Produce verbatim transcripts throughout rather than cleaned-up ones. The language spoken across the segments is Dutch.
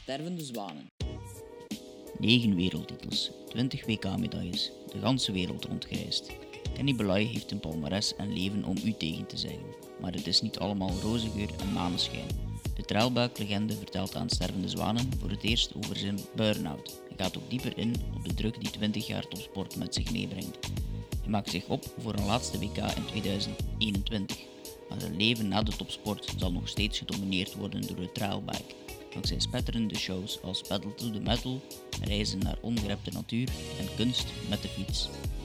Stervende zwanen. negen wereldtitels, twintig W K-medailles, de ganse wereld rondgereisd. Kenny Balai heeft een palmares en leven om u tegen te zeggen. Maar het is niet allemaal roze geur en maneschijn. De trailbuiklegende vertelt aan Stervende Zwanen voor het eerst over zijn burn-out. Hij gaat ook dieper in op de druk die twintig jaar topsport met zich meebrengt. Hij maakt zich op voor een laatste W K in tweeduizend eenentwintig. Maar zijn leven na de topsport zal nog steeds gedomineerd worden door de trailbike. Dankzij spetterende shows als Pedal to the Metal, reizen naar ongerepte natuur en kunst met de fiets.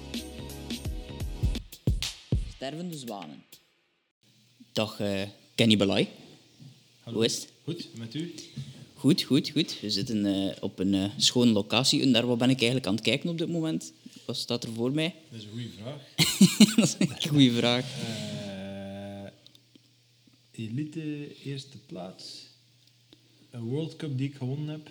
Stervende zwanen. Dag uh, Kenny Balai. Hallo. Hoe is het? Goed, met u? Goed, goed, goed. We zitten uh, op een uh, schone locatie. En daar wat ben ik eigenlijk aan het kijken op dit moment. Wat staat er voor mij? Dat is een goede vraag. Dat is een goede vraag. Uh, elite eerste plaats. Een World Cup die ik gewonnen heb.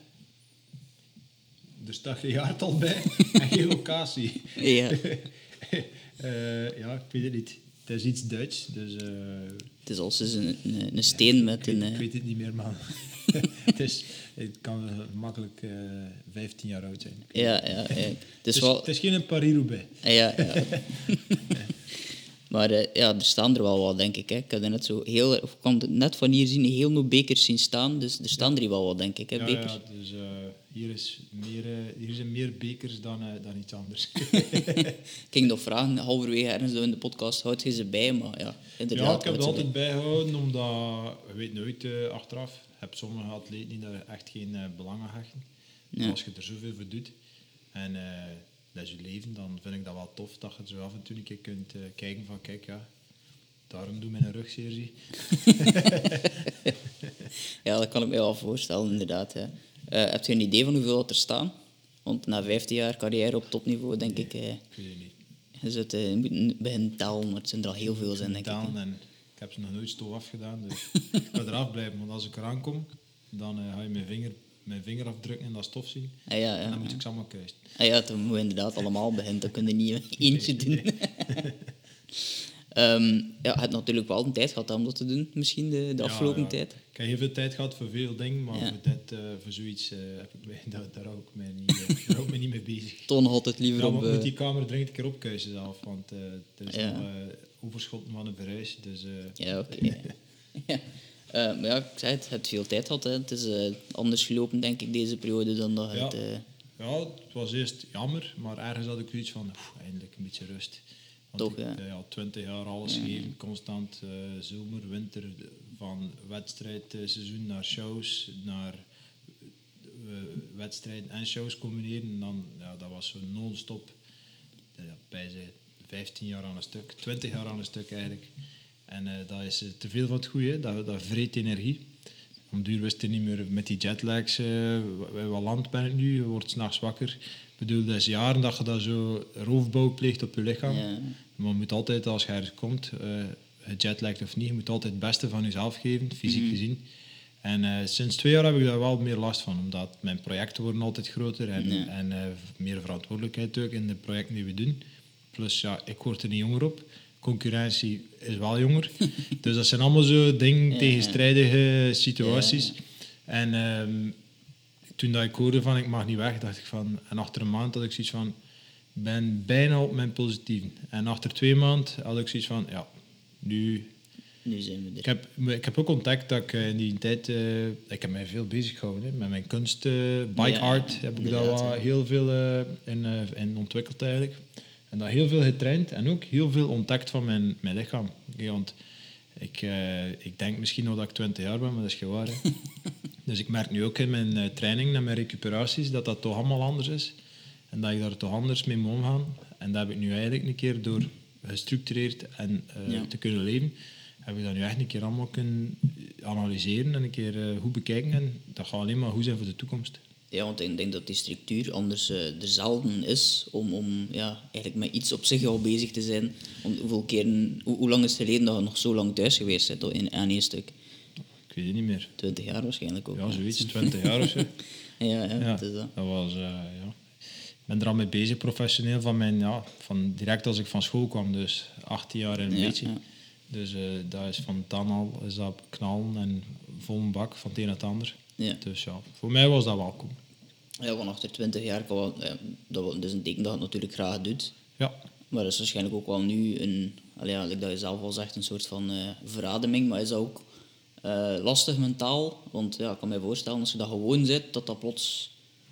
Er staat geen jaartal bij en geen locatie. Ja. uh, ja, ik weet het niet. Het is iets Duits, dus... Uh, het is als een, een, een steen met ik, een... Ik uh, weet het niet meer, man. het, is, het kan makkelijk uh, vijftien jaar oud zijn. Ja, ja, ja. Het is, het is, wel... het is geen Paris-Roubaix. Ja, ja. Maar uh, ja, er staan er wel wat, denk ik. Hè. Ik heb er net zo heel... Of ik kan het net van hier zien, heel veel bekers zien staan. Dus er staan er hier wel wat, denk ik, hè, ja, bekers. Ja, dus uh, hier, is meer, uh, hier zijn meer bekers dan, uh, dan iets anders. Ik ging nog vragen, halverwege ergens in de podcast, houd je ze bij? Maar ja, inderdaad. Ja, ik heb houd het ze altijd bij. bijgehouden, omdat je weet nooit uh, achteraf. Je hebt sommige atleten die daar echt geen uh, belang aan hechten. Ja. Als je er zoveel voor doet en uh, dat is je leven, dan vind ik dat wel tof dat je zo af en toe een keer kunt uh, kijken van kijk, ja, daarom doe ik mijn rug zeer zie. Ja, dat kan ik me wel voorstellen, inderdaad. Ja. Uh, heb je een idee van hoeveel dat er staan? Want na vijftien jaar carrière op topniveau, denk nee, ik... Uh, ik weet het niet. je zult uh, moeten beginnen tellen, maar het zijn er al heel veel zijn, denk Tellen ik. Hè. En ik heb ze nog nooit stof afgedaan, dus ik ga eraf blijven. Want als ik eraan kom, dan uh, ga je mijn vinger, mijn vinger afdrukken en dat stof zien. Ah, ja, ja, en dan moet ja. ik ze allemaal kruisen. Ah, ja, dan moet je inderdaad allemaal beginnen. Dan kun je niet eentje doen. um, ja, je hebt natuurlijk wel een tijd gehad om dat te doen, misschien, de, de afgelopen ja, ja. tijd. Ik heb heel veel tijd gehad voor veel dingen, maar Ja. voor, dit, uh, voor zoiets uh, heb ik mij, daar, daar hou ik mij niet, uh, daar hou ik mij niet mee bezig. Toch nog altijd liever Ja, op... maar ik Uh, moet die kamer dringend een keer opkuisen zelf, want uh, er is Ja. nog uh, overschot van een verhuis. Dus, uh, ja, oké. Okay. ja. Uh, maar ja, ik zei het, je hebt veel tijd gehad. Hè. Het is uh, anders gelopen, denk ik, deze periode dan dat ja. het... Uh, ja, het was eerst jammer, maar ergens had ik zoiets van, oef, eindelijk een beetje rust. Want Toch, ik ja. heb ja, twintig jaar alles Ja. gegeven, constant uh, zomer, winter, van wedstrijdseizoen naar shows, naar uh, wedstrijden en shows combineren. En dan, ja, dat was zo non-stop, ja, bij ze vijftien jaar aan een stuk, twintig jaar aan een stuk eigenlijk. En uh, dat is uh, te veel van het goede, dat, dat vreet energie. Om duur wist je niet meer met die jetlags, uh, wat land ben ik nu, je wordt 's nachts wakker. Ik bedoel, dat is jaren dat je dat zo roofbouw pleegt op je lichaam. ja. Maar je moet altijd, als je ergens komt, uh, gejetlagd of niet, je moet altijd het beste van jezelf geven, fysiek Mm-hmm. gezien. En uh, sinds twee jaar heb ik daar wel meer last van, omdat mijn projecten worden altijd groter en, Ja. en uh, meer verantwoordelijkheid ook in de projecten die we doen. Plus, ja, ik word er niet jonger op. Concurrentie is wel jonger. Dus dat zijn allemaal zo dingen, Ja, tegenstrijdige situaties. Ja, En um, toen dat ik hoorde van ik mag niet weg, dacht ik van... En achter een maand had ik zoiets van... Ik ben bijna op mijn positieven. En achter twee maanden had ik zoiets van... Ja, nu... Nu zijn we er. Ik heb, ik heb ook ontdekt dat ik in die tijd... Uh, ik heb mij veel bezig gehouden. Hè, met mijn kunst, uh, bike Ja, art, heb ik daar inderdaad, wel ja. heel veel uh, in, uh, in ontwikkeld eigenlijk. En dat heel veel getraind en ook heel veel ontdekt van mijn, mijn lichaam. Okay, want ik, uh, ik denk misschien nog dat ik twintig jaar ben, maar dat is geen waar. Hè. Dus ik merk nu ook in mijn uh, training en mijn recuperaties dat dat toch allemaal anders is. En dat ik daar toch anders mee moet omgaan. En dat heb ik nu eigenlijk een keer door gestructureerd en uh, Ja. te kunnen leven, heb ik dat nu echt een keer allemaal kunnen analyseren en een keer uh, goed bekijken. En dat gaat alleen maar goed zijn voor de toekomst. Ja, want ik denk dat die structuur anders uh, er zelden is om, om ja, eigenlijk met iets op zich al bezig te zijn. Want hoeveel keren, hoe, hoe lang is het geleden dat je nog zo lang thuis geweest bent in, aan één stuk? Ik weet het niet meer. Twintig jaar waarschijnlijk ook. Ja, zoiets, twintig jaar of zo. ja, ja, Ja, het is dat. dat was, uh, ja. Ik ben er al mee bezig, professioneel, van mijn, ja, van direct als ik van school kwam, dus achttien jaar en een Ja, beetje. ja. Dus uh, dat is van dan al is dat knallen en vol een bak van het een naar het ander. Ja. Dus ja, voor mij was dat welkom. Ja, van achter twintig jaar, kan wel, ja, dat wel- dat is een teken dat je het natuurlijk graag doet. Ja, Maar dat is waarschijnlijk ook wel nu een, allee, ja, like dat je zelf al zegt, een soort van eh, verademing. Maar is dat ook eh, lastig mentaal? Want ja, ik kan me voorstellen, als je dat gewoon zit, dat dat plots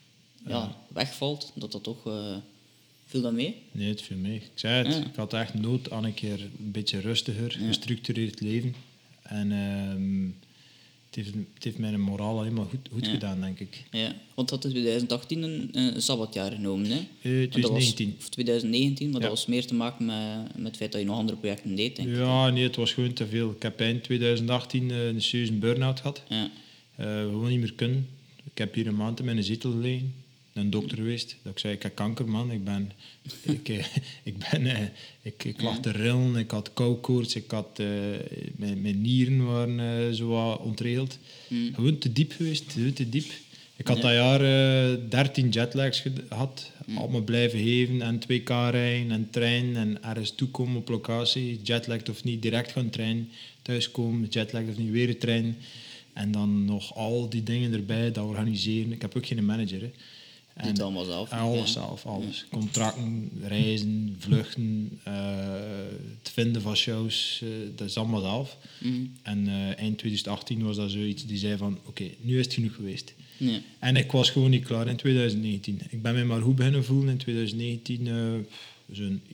ja, wegvalt. Dat dat toch... eh viel dat mee? nee, het viel mee. Ik zei het, Ja. ik had echt nood aan een keer een beetje rustiger, gestructureerd leven. En ehm, het, heeft, het heeft mijn moraal helemaal goed, goed Ja. gedaan, denk ik. Ja, want dat is twintig achttien een, een sabbatjaar genomen, hè? Eh, Want dat was- twintig negentien. Of twintig negentien, maar Ja. dat was meer te maken met, met het feit dat je nog andere projecten deed, denk ik. Ja, nee, het was gewoon te veel. Ik heb eind twintig achttien eh, een serieuze burn-out gehad. Ja. Eh, gewoon niet meer kunnen. Ik heb hier een maand in mijn zetel gelegen. Naar een dokter geweest. Dat ik zei, ik heb kanker, man. Ik ben... ik, eh, ik, ben eh, ik, ik lag te rillen. Ik had koudkoorts. Ik had... eh, mijn, mijn nieren waren eh, zo wat ontregeld. Gewoon te diep geweest. Te, te diep. Ik had Ja. dat jaar eh, dertien jetlags ged- gehad. Allemaal blijven geven. En twee k rijden. En trein. En ergens toekomen op locatie. Jetlagged of niet. Direct gaan trein. Thuiskomen. Jetlagged of niet. Weer een trein. En dan nog al die dingen erbij. Dat organiseren. Ik heb ook geen manager. Hè. Doe het allemaal zelf. En alles Ja. zelf, alles. Contracten, reizen, vluchten, eh, het vinden van shows, eh, dat is allemaal zelf. Mhm. En eh, eind twintig achttien was dat zoiets die zei van, oké, nu is het genoeg geweest. Ja. En ik was gewoon niet klaar in twintig negentien. Ik ben me maar goed beginnen voelen in twintig negentien, eh, zo in,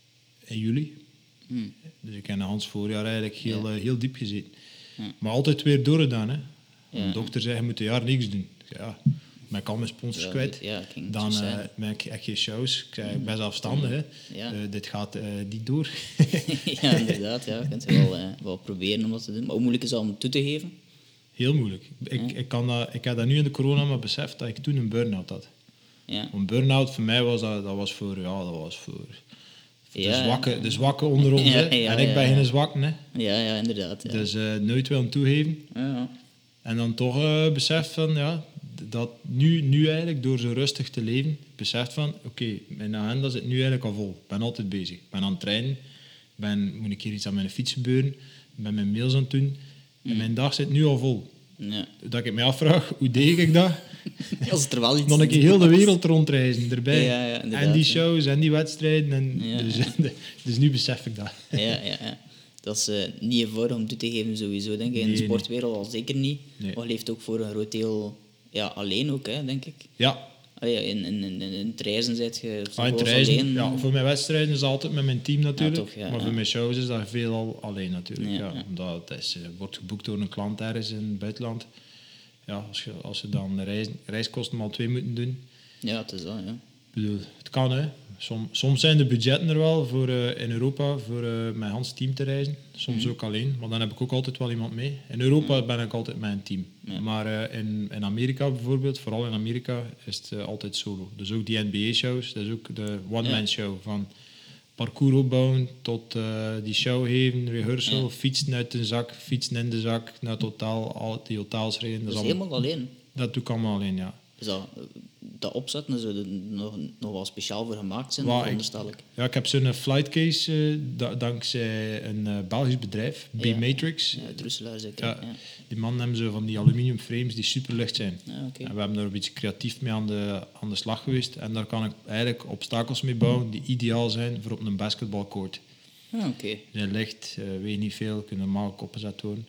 in juli. Mhm. Dus ik heb een Hans voorjaar eigenlijk heel, Ja. eh, heel diep gezeten. Ja. Maar altijd weer doorgedaan. Hè. Ja. De dokter zei, je moet een jaar niks doen. Ik zei, ja, maar ik kan mijn sponsors Ja, kwijt. ja, ik ging het Dan zo eh, zeggen. ben ik, heb ik geen shows. Ik zei, ik ben zelfstandig. Hè. Ja. Eh, dit gaat eh, niet door. Ja, inderdaad. Ja. Je kunt wel, eh, wel proberen om dat te doen. Maar hoe moeilijk is dat om toe te geven? Heel moeilijk. Ik, ik, kan dat, ik heb dat nu in de corona maar beseft dat ik toen een burn-out had. Ja. Een burn-out voor mij was dat, dat was voor, ja, dat was voor, voor Ja, de, zwakke, de zwakke onder ons. Ja, hè. ja, en ik ja, ben ja. geen zwakke. Hè. Ja, ja, inderdaad. Ja. Dus eh, nooit willen toegeven. Ja, ja. En dan toch eh beseft van, ja, dat nu, nu eigenlijk, door zo rustig te leven, beseft van, oké, mijn agenda zit nu eigenlijk al vol. Ik ben altijd bezig. Ik ben aan het trainen. Ben, moet ik hier iets aan mijn fiets gebeuren. Ik ben mijn mails aan het doen. En mijn dag zit nu al vol. Ja. Dat ik me afvraag, hoe deed ik dat? Als het er wel iets Dan een keer heel de wereld rondreizen erbij. Ja, ja, inderdaad, en die ja. shows en die wedstrijden. En Ja, dus, ja. dus nu besef ik dat. Ja, ja, ja. Dat is eh, niet een voor om toe te geven, sowieso, denk ik. In Nee, de nee. sportwereld al zeker niet. Nee. Maar je leeft ook voor een groot deel ja, alleen ook, hè, denk ik. Ja, Allee, in, in, in, in het reizen zit je ah, in het soms reizen, alleen. ja, voor mijn wedstrijden is het altijd met mijn team natuurlijk. toch, ja, maar ja. voor mijn shows is dat veelal alleen natuurlijk. Ja, Ja, ja. Omdat het is, eh, wordt geboekt door een klant ergens in het buitenland. Ja, als, je, als ze dan reis, reiskosten al twee moeten doen. Ja, het is dat, ja. Ik bedoel, het kan hè. Som, soms zijn de budgetten er wel voor eh, in Europa voor eh mijn Hans team te reizen. Soms Mhm. ook alleen, maar dan heb ik ook altijd wel iemand mee. In Europa ben ik altijd met een team. Ja. Maar eh, in, in Amerika bijvoorbeeld, vooral in Amerika, is het eh, altijd solo. Dus ook die N B A-shows, dat is ook de one-man Ja. show. Van parcours opbouwen tot eh, die show geven, rehearsal, Ja. fietsen uit de zak, fietsen in de zak, naar het hotel, al die hotels rijden. Dat, Dat is is allemaal- helemaal alleen. dat doe ik allemaal alleen, ja. Dus dat, dat opzetten zou er nog, nog wel speciaal voor gemaakt zijn, Waar ik- veronderstel ik. Ja, ik heb zo'n flightcase eh, da- dankzij een eh, Belgisch bedrijf, Ja. B-Matrix. Ja, uit Roeselaar zeker. Ja, Ja. Die man hebben zo van die aluminium frames die super licht zijn. Ja, oké. En we hebben daar een beetje creatief mee aan de, aan de slag geweest. En daar kan ik eigenlijk obstakels mee bouwen die ideaal zijn voor op een basketbalcourt. Ah, oké. Die zijn licht, uh, weegt niet veel, kunnen normaal opgezet worden.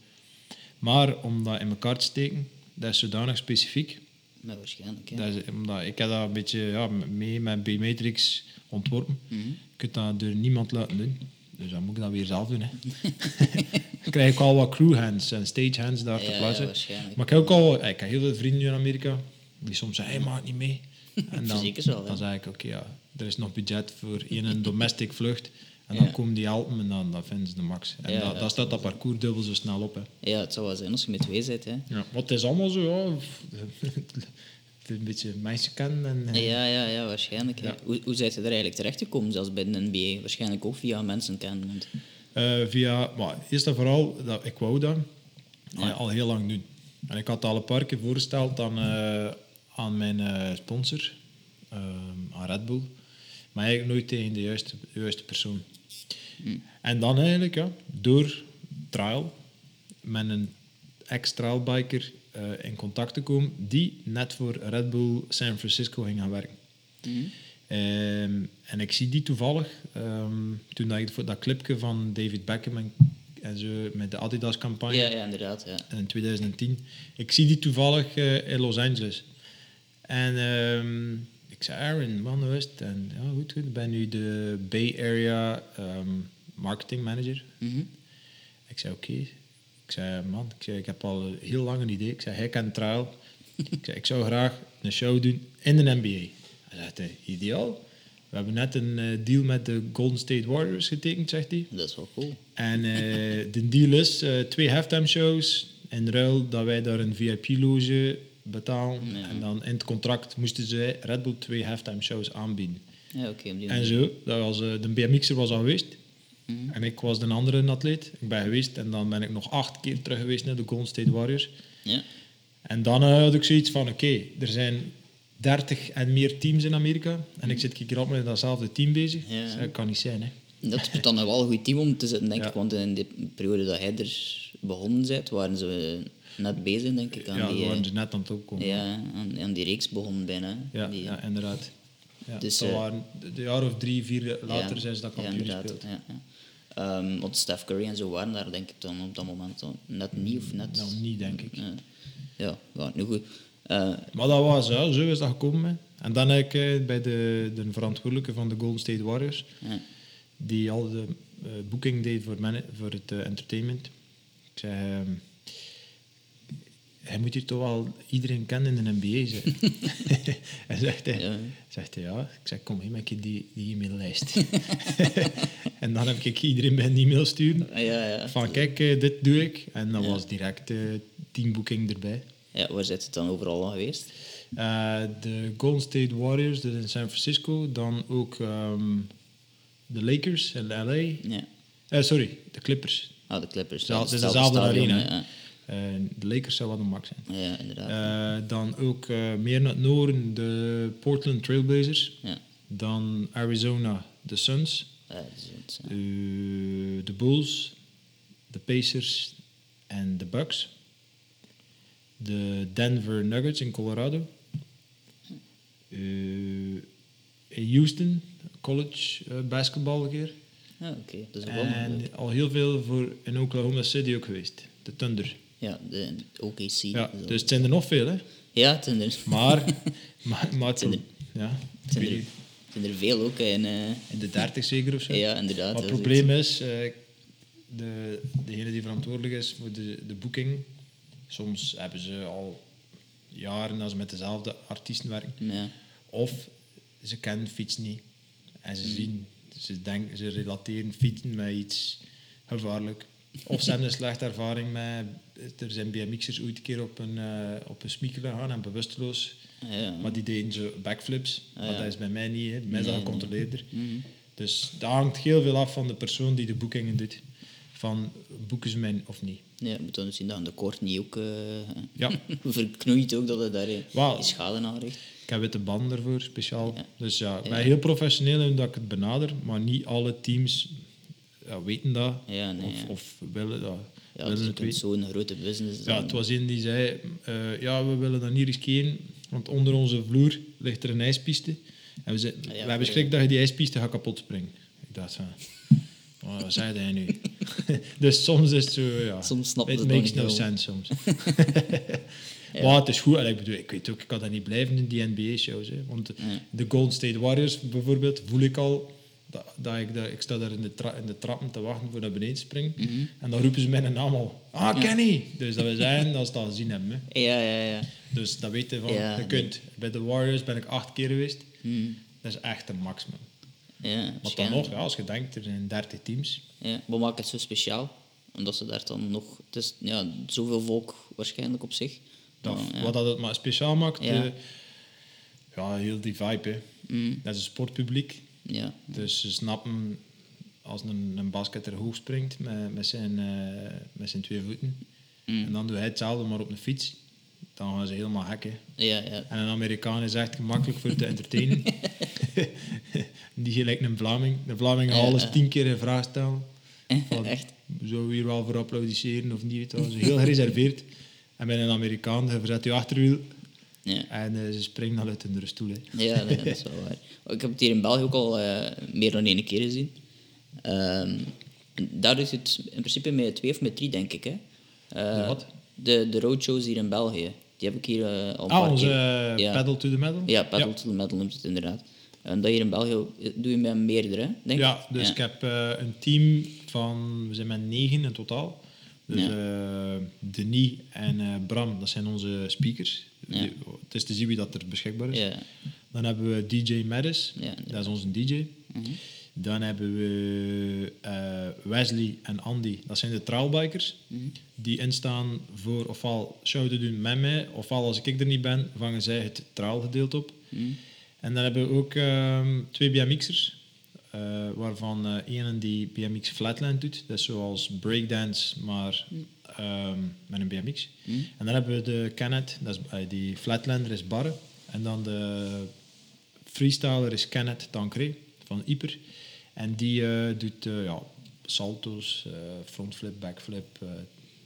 Maar om dat in elkaar te steken, dat is zodanig specifiek. Maar waarschijnlijk, ja. Dat is, omdat ik heb dat een beetje ja, mee met B-Matrix ontworpen. Mhm. Je kunt dat door niemand laten doen. Dus dan moet ik dat weer zelf doen. Hè. Dan krijg ik al wat crewhands en stagehands daar Ja, te ja, plaatsen. waarschijnlijk. Maar ik heb ook al ik heb heel veel vrienden nu in Amerika die soms zeggen, hey, maak niet mee. En dan, Zeker wel, hè. dan zeg ik, oké, ja, er is nog budget voor één domestic vlucht. En dan Ja. komen die helpen en dan, dan vinden ze de max. En Ja, dat, ja, dat staat dat parcours dubbel zo snel op. Hè. Ja, het zou wel zijn als je met twee zit, hè. Ja, maar het is allemaal zo, ja. Het is een beetje mensen kennen. En, eh, Ja, ja, ja, waarschijnlijk. hè. Ja. Hoe, hoe zijn je er eigenlijk terechtgekomen, zelfs bij de N B A? Waarschijnlijk ook via mensen kennen. Want, Eh, via, maar eerst en vooral, dat, ik wou dat Ja. al, al heel lang doen. En ik had het al een paar keer voorgesteld aan, eh, aan mijn eh, sponsor, eh, aan Red Bull. Maar eigenlijk nooit tegen de juiste, de juiste persoon. En dan eigenlijk, ja, door trial, met een ex-trialbiker uh, in contact te komen die net voor Red Bull San Francisco ging gaan werken. Mm-hmm. Um, en ik zie die toevallig, um, toen dat ik dat clipje van David Beckham en, en zo met de Adidas campagne Ja, ja, inderdaad. Ja. in twintig tien, ik zie die toevallig uh, in Los Angeles. En um, ik zei, Aaron, man, hoe is het? En ja, goed, goed. Ik ben nu de Bay Area um, marketing manager. Mm-hmm. Ik zei, oké. Okay. Ik zei, man, ik, zei, ik heb al heel lang een idee. Ik zei, hij kent trial. Ik zei, ik zou graag een show doen in de N B A. Hij zei, ideaal. We hebben net een uh, deal met de Golden State Warriors getekend, zegt hij. Dat is wel cool. En uh, de deal is uh, twee halftime shows. In ruil dat wij daar een V I P-loge betalen. Ja. En dan in het contract moesten zij Red Bull twee halftime shows aanbieden. Ja, oké. Okay, en zo. Dat was, uh, de B M X'er was al geweest. Mm-hmm. En ik was de andere atleet. Ik ben geweest. En dan ben ik nog acht keer terug geweest naar de Golden State Warriors. Ja. En dan uh, had ik zoiets van, oké, okay, er zijn dertig en meer teams in Amerika. En mm. ik zit hier altijd met datzelfde team bezig. Ja. Dus dat kan niet zijn, hè. Dat is dan wel een goed team om te zitten, denk ja. ik. Want in de periode dat hij er begonnen bent, waren ze net bezig, denk ik. Aan ja, die, waren ze net aan het opkomen. Ja, aan, aan die reeks begonnen bijna. Ja, die, ja inderdaad. Ja, dus, dat waren de jaar of drie, vier later ja, zijn ze dat kampioen ja, gespeeld. Ja, ja. Um, want Steph Curry en zo waren daar, denk ik, dan op dat moment dan net niet of net... Nou, niet, denk ik. Uh, ja, ja, nu goed. Uh, maar dat was, ja, zo is dat gekomen. Hè. En dan heb ik uh, bij de, de verantwoordelijke van de Golden State Warriors, ja. die al de uh, boeking deed voor, man- voor het uh, entertainment. Ik zei, uh, hij moet hier toch wel iedereen kennen in de N B A zijn. Hij zegt, hij, ja. zegt hij, ja. Ik zeg, kom, maak je die, die e-maillijst. En dan heb ik iedereen bij een e-mail sturen. Ja, ja. Van, kijk, uh, dit doe ik. En dan ja. was direct uh, teamboeking erbij. Ja, waar zit het dan overal al geweest? Uh, de Golden State Warriors, dus in San Francisco. Dan ook um, de Lakers in L A. Ja. Uh, sorry, de Clippers. Ah, de Clippers. Ja, het is dezelfde arena. Ja. Uh, de Lakers zou wat een max zijn. Ja, inderdaad. Uh, dan ook uh, meer naar het noorden de Portland Trailblazers. Ja. Dan Arizona de Suns. Ja, de Suns. Ja. Uh, de Bulls, de Pacers en de Bucks. De Denver Nuggets in Colorado. Uh, in Houston, college uh, basketbal een keer. Ja, oké. Okay. Dat is en wel al heel veel voor in Oklahoma City ook geweest. De Thunder. Ja, de O K C. Ja, dus het zijn er nog veel, hè? Ja, het zijn er. Maar, maar, maar het zijn er, ja, het zijn, er, het zijn er veel ook. In, uh, in de dertig zeker of zo. Ja, inderdaad. Maar het probleem is, uh, de, degene die verantwoordelijk is voor de, de boeking, soms hebben ze al jaren dat ze met dezelfde artiesten werken. Ja. Of ze kennen fiets niet. En ze mm. zien, ze, denken, ze relateren fietsen met iets gevaarlijk. Of ze hebben een slechte ervaring met... Er zijn B M X'ers ooit een keer op een, uh, op een smieker gegaan en bewusteloos. Ja. Maar die deden zo backflips. Ah, maar ja. Dat is bij mij niet. Hè. Bij mij is dat gecontroleerder. Nee. Mm-hmm. Dus dat hangt heel veel af van de persoon die de boekingen doet. Van boeken ze mij of niet. Ja, je moet dan zien dat aan de koord niet ook... Uh, ja. verknoeit ook dat het daar uh, wow. schade aanricht. Ik heb witte banden ervoor, speciaal. Ja. Dus ja, ik ben ja. heel professioneel in dat ik het benader. Maar niet alle teams ja, weten dat. Ja, nee, of, ja. of willen dat. Ja, het is ook zo'n grote business. Ja, het was een die zei, uh, ja, we willen dat niet riskeren, want onder onze vloer ligt er een ijspiste. En we, zei, ja, ja, we hebben schrik ja. dat je die ijspiste gaat kapot springen. Ik dacht van, oh, wat zei hij nu? Dus soms is het zo, ja, soms snap it het makes no wel. sense soms. Ja. Maar het is goed, ik bedoel, ik weet ook, ik kan dat niet blijven in die N B A-shows. Hè, want ja. de Golden State Warriors bijvoorbeeld, voel ik al... Dat, dat ik, dat, ik sta daar in de, tra- in de trappen te wachten voor naar beneden te springen. Mm-hmm. En dan roepen ze mijn naam al. Ah, Kenny! Ja. Dus dat we zijn dat ze dat gezien hebben. Hè. Ja, ja, ja. Dus dat weten van, ja, je kunt. Nee. Bij de Warriors ben ik acht keer geweest. Mm. Dat is echt een maximum. Ja, maar dan nog, ja, als je denkt, er zijn dertig teams. Ja, wat maakt het zo speciaal? Omdat ze daar dan nog... Het is ja, zoveel volk waarschijnlijk op zich. Dat, maar, ja. Wat dat het maar speciaal maakt, ja, uh, ja heel die vibe. Hè. Mm. Dat is een sportpubliek. Ja. Dus ze snappen als een, een basketter hoog springt met, met, zijn, uh, met zijn twee voeten. Mm. En dan doet hij hetzelfde, maar op een fiets. Dan gaan ze helemaal hacken. Ja, ja. En een Amerikaan is echt gemakkelijk voor te entertainen. Die gelijk een Vlaming. De Vlaming gaat ja, alles uh, tien keer een vraag stellen. Van, echt? Zou we hier wel voor applaudisseren of niet? Dat is heel gereserveerd. En bij een Amerikaan, je verzet je achterwiel Ja. en uh, ze springen al uit hun stoel. Hè. Ja, nee, dat is wel waar. Ik heb het hier in België ook al uh, meer dan één keer gezien. Um, daar is het in principe met twee of met drie, denk ik. Hè. Uh, de wat? De, de roadshows hier in België. Die heb ik hier uh, al een ah, paar onze keer... Uh, ja. Pedal to the Metal? Ja, Pedal ja. to the Metal noemt het inderdaad. En dat hier in België doe je met meerdere, denk ja, ik. Dus ja, dus ik heb uh, een team van... We zijn met negen in totaal. Dus ja. uh, Denis en uh, Bram, dat zijn onze speakers. Ja. Die, het is te zien wie dat er beschikbaar is. Ja. Dan hebben we D J Mattis, ja, dat is onze D J. Mm-hmm. Dan hebben we uh, Wesley en Andy, dat zijn de trailbikers. Mm-hmm. Die instaan voor ofwel show te doen met mij, ofwel als ik er niet ben, vangen zij het trailgedeelte op. Mm-hmm. En dan hebben we ook um, twee B M X'ers. Uh, waarvan uh, een die B M X Flatland doet. Dat is zoals breakdance, maar um, met een B M X. Mm. En dan hebben we de Kenneth, dat is, uh, die Flatlander is Barre. En dan de freestyler is Kenneth Tancré van Yper. En die uh, doet uh, ja, salto's, uh, frontflip, backflip, uh,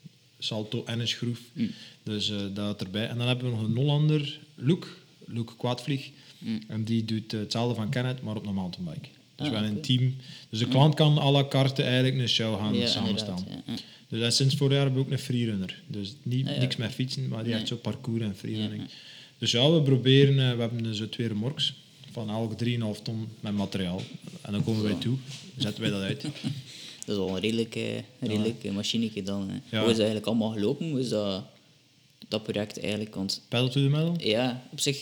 salto en een schroef. Mm. Dus uh, dat erbij. En dan hebben we nog een Hollander, Luke, Luke Kwaadvlieg. Mm. En die doet uh, hetzelfde van Kenneth, maar op een mountainbike. Dus ah, wel okay. een team. Dus de klant kan à la carte eigenlijk een show gaan ja, samenstaan. Ja, ja. Dus en sinds vorig jaar hebben we ook een freerunner. Dus niet, ah, ja. niks met fietsen, maar die nee. heeft zo parcours en freerunning. Ja, ja. Dus ja, we proberen, uh, we hebben zo twee remorks van elk drie komma vijf ton met materiaal. En dan komen wij toe, zetten wij dat uit. Dat is wel een redelijk, uh, redelijk ja. machinetje dan. Hè. Ja. Hoe is dat eigenlijk allemaal gelopen? Hoe is dat, dat project eigenlijk? Want, Pedal to the Metal? Ja, op zich,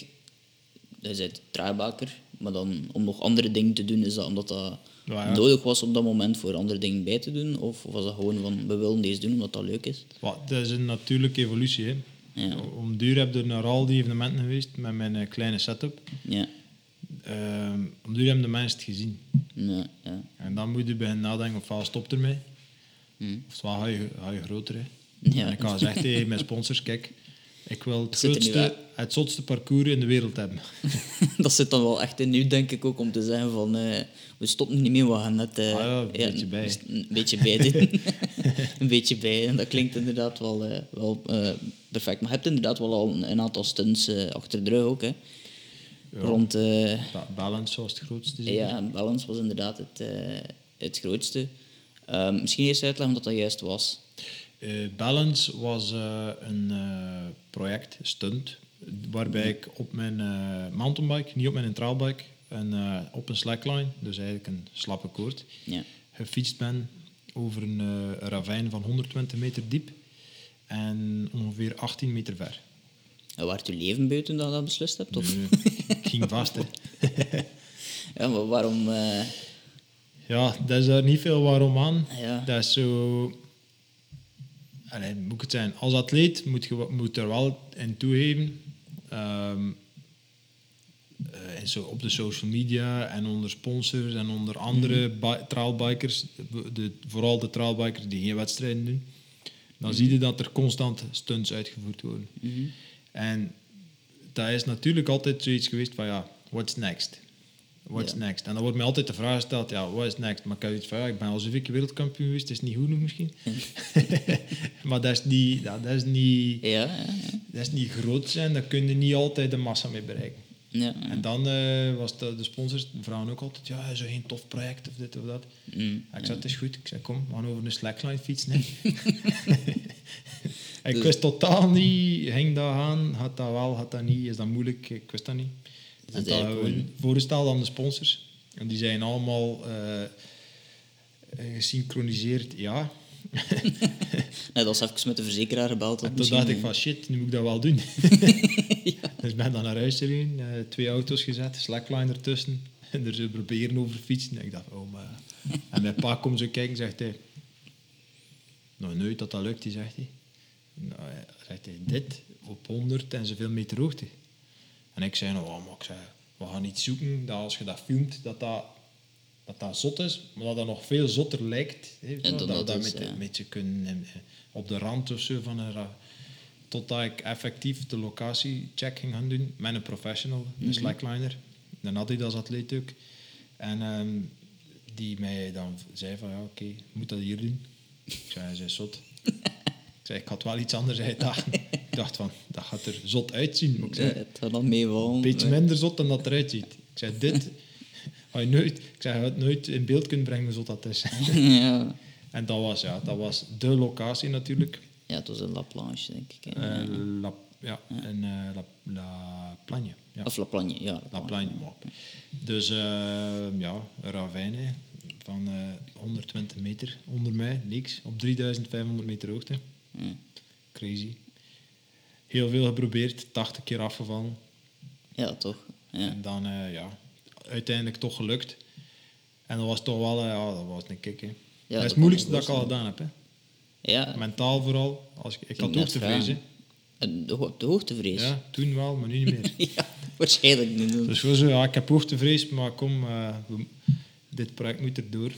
hij is het trailbaker. Maar dan om nog andere dingen te doen, is dat omdat dat ja, ja. nodig was op dat moment voor andere dingen bij te doen? Of was dat gewoon van, we willen deze doen omdat dat leuk is? Well, dat is een natuurlijke evolutie. Hè. Ja. Om duur heb ik naar al die evenementen geweest met mijn uh, kleine setup. Ja. Uh, om duur hebben de mensen het gezien. Ja, ja. En dan moet je beginnen nadenken, ofwel stop ermee, hmm. ofwel ga je, ga je groter. Hè. Ja. En ik kan zeggen tegen mijn sponsors, kijk, ik wil het grootste, het zotste parcours in de wereld hebben. Dat zit dan wel echt in nu, denk ik ook, om te zeggen van uh, we stoppen niet meer, we gaan net uh, ah ja, een, ja, beetje bij. een beetje bij doen. een beetje bij, en dat klinkt inderdaad wel, uh, wel uh, perfect. Maar je hebt inderdaad wel al een, een aantal stunts uh, achter de rug ook, hè? Ja. Rond, uh, ba- Balance was het grootste. Zeker? Ja, Balance was inderdaad het, uh, het grootste. Uh, misschien eerst uitleggen wat dat juist was. Uh, Balance was uh, een uh, project, stunt, waarbij mm. ik op mijn uh, mountainbike, niet op mijn trailbike, en, uh, op een slackline, dus eigenlijk een slappe koord, ja. gefietst ben over een uh, ravijn van honderdtwintig meter diep en ongeveer achttien meter ver. En waar je leven buiten dat je dat beslist hebt? Of? Nee, ik ging vast. Hè. Ja, maar waarom... Uh... Ja, daar is daar niet veel waarom aan. Ja. Dat is zo... Allee, moet ik het zijn. Als atleet moet je moet er wel in toegeven. Um, uh, zo op de social media en onder sponsors en onder andere mm. bi- trailbikers, de, vooral de trailbikers die geen wedstrijden doen, dan mm. zie je dat er constant stunts uitgevoerd worden. Mm. En dat is natuurlijk altijd zoiets geweest van ja, what's next? What's ja. next? En dan wordt mij altijd de vraag gesteld, ja, what is next? Maar ik heb iets van, ja, ik ben al zoveel keer wereldkampioen geweest, dat is niet goed genoeg misschien. Maar dat is niet, dat, dat is niet, ja, ja, ja. dat is niet groot zijn, daar kun je niet altijd de massa mee bereiken. Ja, ja. En dan uh, was de, de sponsors vragen ook altijd, ja, is er geen tof project of dit of dat? Mm, ja, ik zei, het is goed. Ik zei, kom, we gaan over een slackline fietsen. Ik dus, wist totaal niet, ging dat aan, had dat wel, had dat niet, is dat moeilijk, ik wist dat niet. En dat hebben we voorgesteld aan de sponsors. En die zijn allemaal uh, gesynchroniseerd, ja. Nee, dat was even met de verzekeraar gebeld. En toen dacht ik van, shit, nu moet ik dat wel doen. Ja. Dus ik ben dan naar huis gereden, uh, twee auto's gezet, slackline ertussen. En er zo proberen over fietsen. En ik dacht, oh, maar... En mijn pa komt zo kijken en zegt hij... Nog nooit dat dat lukt, die zegt hij. Nou, zegt hij, dit op honderd en zoveel meter hoogte. En ik zei, nou, maar ik zei, we gaan iets zoeken dat als je dat filmt, dat dat, dat, dat zot is, maar dat dat nog veel zotter lijkt. He, en dat we dat met, ja. met je kunnen op de rand of zo van een... Totdat ik effectief de locatiecheck ging gaan doen met een professional, een mm-hmm. slackliner, een Adidas atleet ook. En um, die mij dan zei van, ja, oké, okay, moet dat hier doen? Ik zei, hij zei, zot. Ik zei, ik had wel iets anders uitdagen. dacht van, dat gaat er zot uitzien. Maar ik Ja, zei, het gaat dan meevallen. een beetje minder zot dan dat het eruit ziet. Ik zei, dit ga je nooit, ik zei, je gaat het nooit in beeld kunnen brengen hoe zot dat is. ja. En dat was, ja, dat was de locatie natuurlijk. ja, het was een La Planche, denk ik. hè. Eh, La, ja, en eh, La, La Plagne. Ja. Of La Plagne, ja. La La Plagne. Plagne, ja. Dus uh, ja, een ravijn hè, van uh, honderdtwintig meter onder mij, niks, op drieduizendvijfhonderd meter hoogte. Ja. Crazy. Heel veel geprobeerd, tachtig keer afgevallen. Ja, toch. Ja. En dan, uh, ja, uiteindelijk toch gelukt. En dat was toch wel, uh, ja, dat was een kick, hè. Ja, dat is dat het kan moeilijkste ik dat ik al voorstellen. gedaan heb, hè. ja. Mentaal vooral. Als ik, ik Ging had net hoogtevrees, hè. vragen. De, ho- de hoogtevrees. Ja, toen wel, maar nu niet meer. ja, waarschijnlijk niet. Dus gewoon zo, ja, ik heb hoogtevrees, maar kom, uh, we- dit project moet erdoor.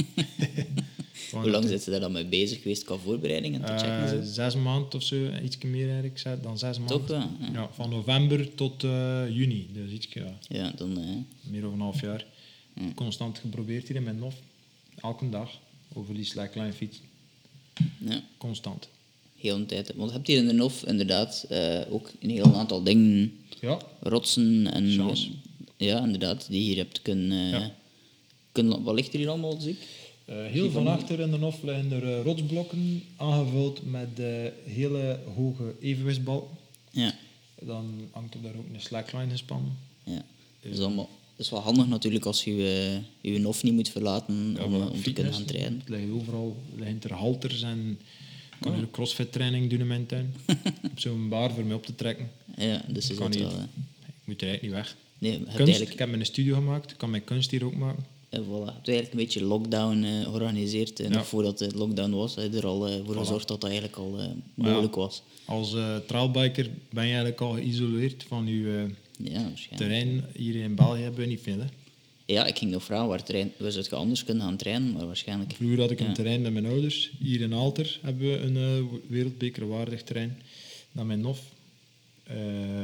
Hoe lang zit je daar dan mee bezig geweest qua voorbereiding en te checken? Uh, en zo? zes maanden of zo, iets meer eigenlijk, zes- dan zes maanden. Toch wel, ja. Ja, van november tot uh, juni, dus iets, ja, Ja, dan... eh, meer dan een half jaar. Constant geprobeerd hier in mijn nof. Elke dag, over die slackline fiets. ja, Constant. heel een tijd. Want je hebt hier in de Nof inderdaad eh, ook een heel aantal dingen, Ja, rotsen en... Chance. ja, inderdaad, die je hier hebt kunnen... eh, Ja. kunnen wat ligt er hier allemaal, zie ik? Uh, heel van achter in de nof liggen er uh, rotsblokken, aangevuld met uh, hele hoge evenwichtsbalken. Ja, Dan hangt er daar ook een slackline gespannen. ja. Dat is, allemaal, dat is wel handig natuurlijk als je je, je Nof niet moet verlaten Ja, om, maar eh, om te kunnen gaan trainen. Het liggen overal liggen er halters en ik kan hier crossfit training doen in mijn tuin. Op zo'n bar voor mij op te trekken. Ja, dus is Kan dat niet. wel... eh, Ik moet er eigenlijk niet weg. nee, je hebt Kunst, eigenlijk... ik heb mijn studio gemaakt, ik kan mijn kunst hier ook maken. En voilà. Je hebt eigenlijk een beetje lockdown eh, georganiseerd. En Ja. nog voordat de lockdown was, heb je er al eh, voor Voilà. gezorgd dat dat eigenlijk al eh, Maar ja, mogelijk was. Als uh, trailbiker ben je eigenlijk al geïsoleerd van je uh, Ja, waarschijnlijk. terrein. Hier in België hebben we niet veel. Hè. Ja, ik ging nog vragen waar terrein, we zouden anders kunnen gaan trainen, maar waarschijnlijk... Vroeger had ik een Ja. terrein met mijn ouders. Hier in Alter hebben we een uh, wereldbekerwaardig terrein. Dan mijn nof. Uh,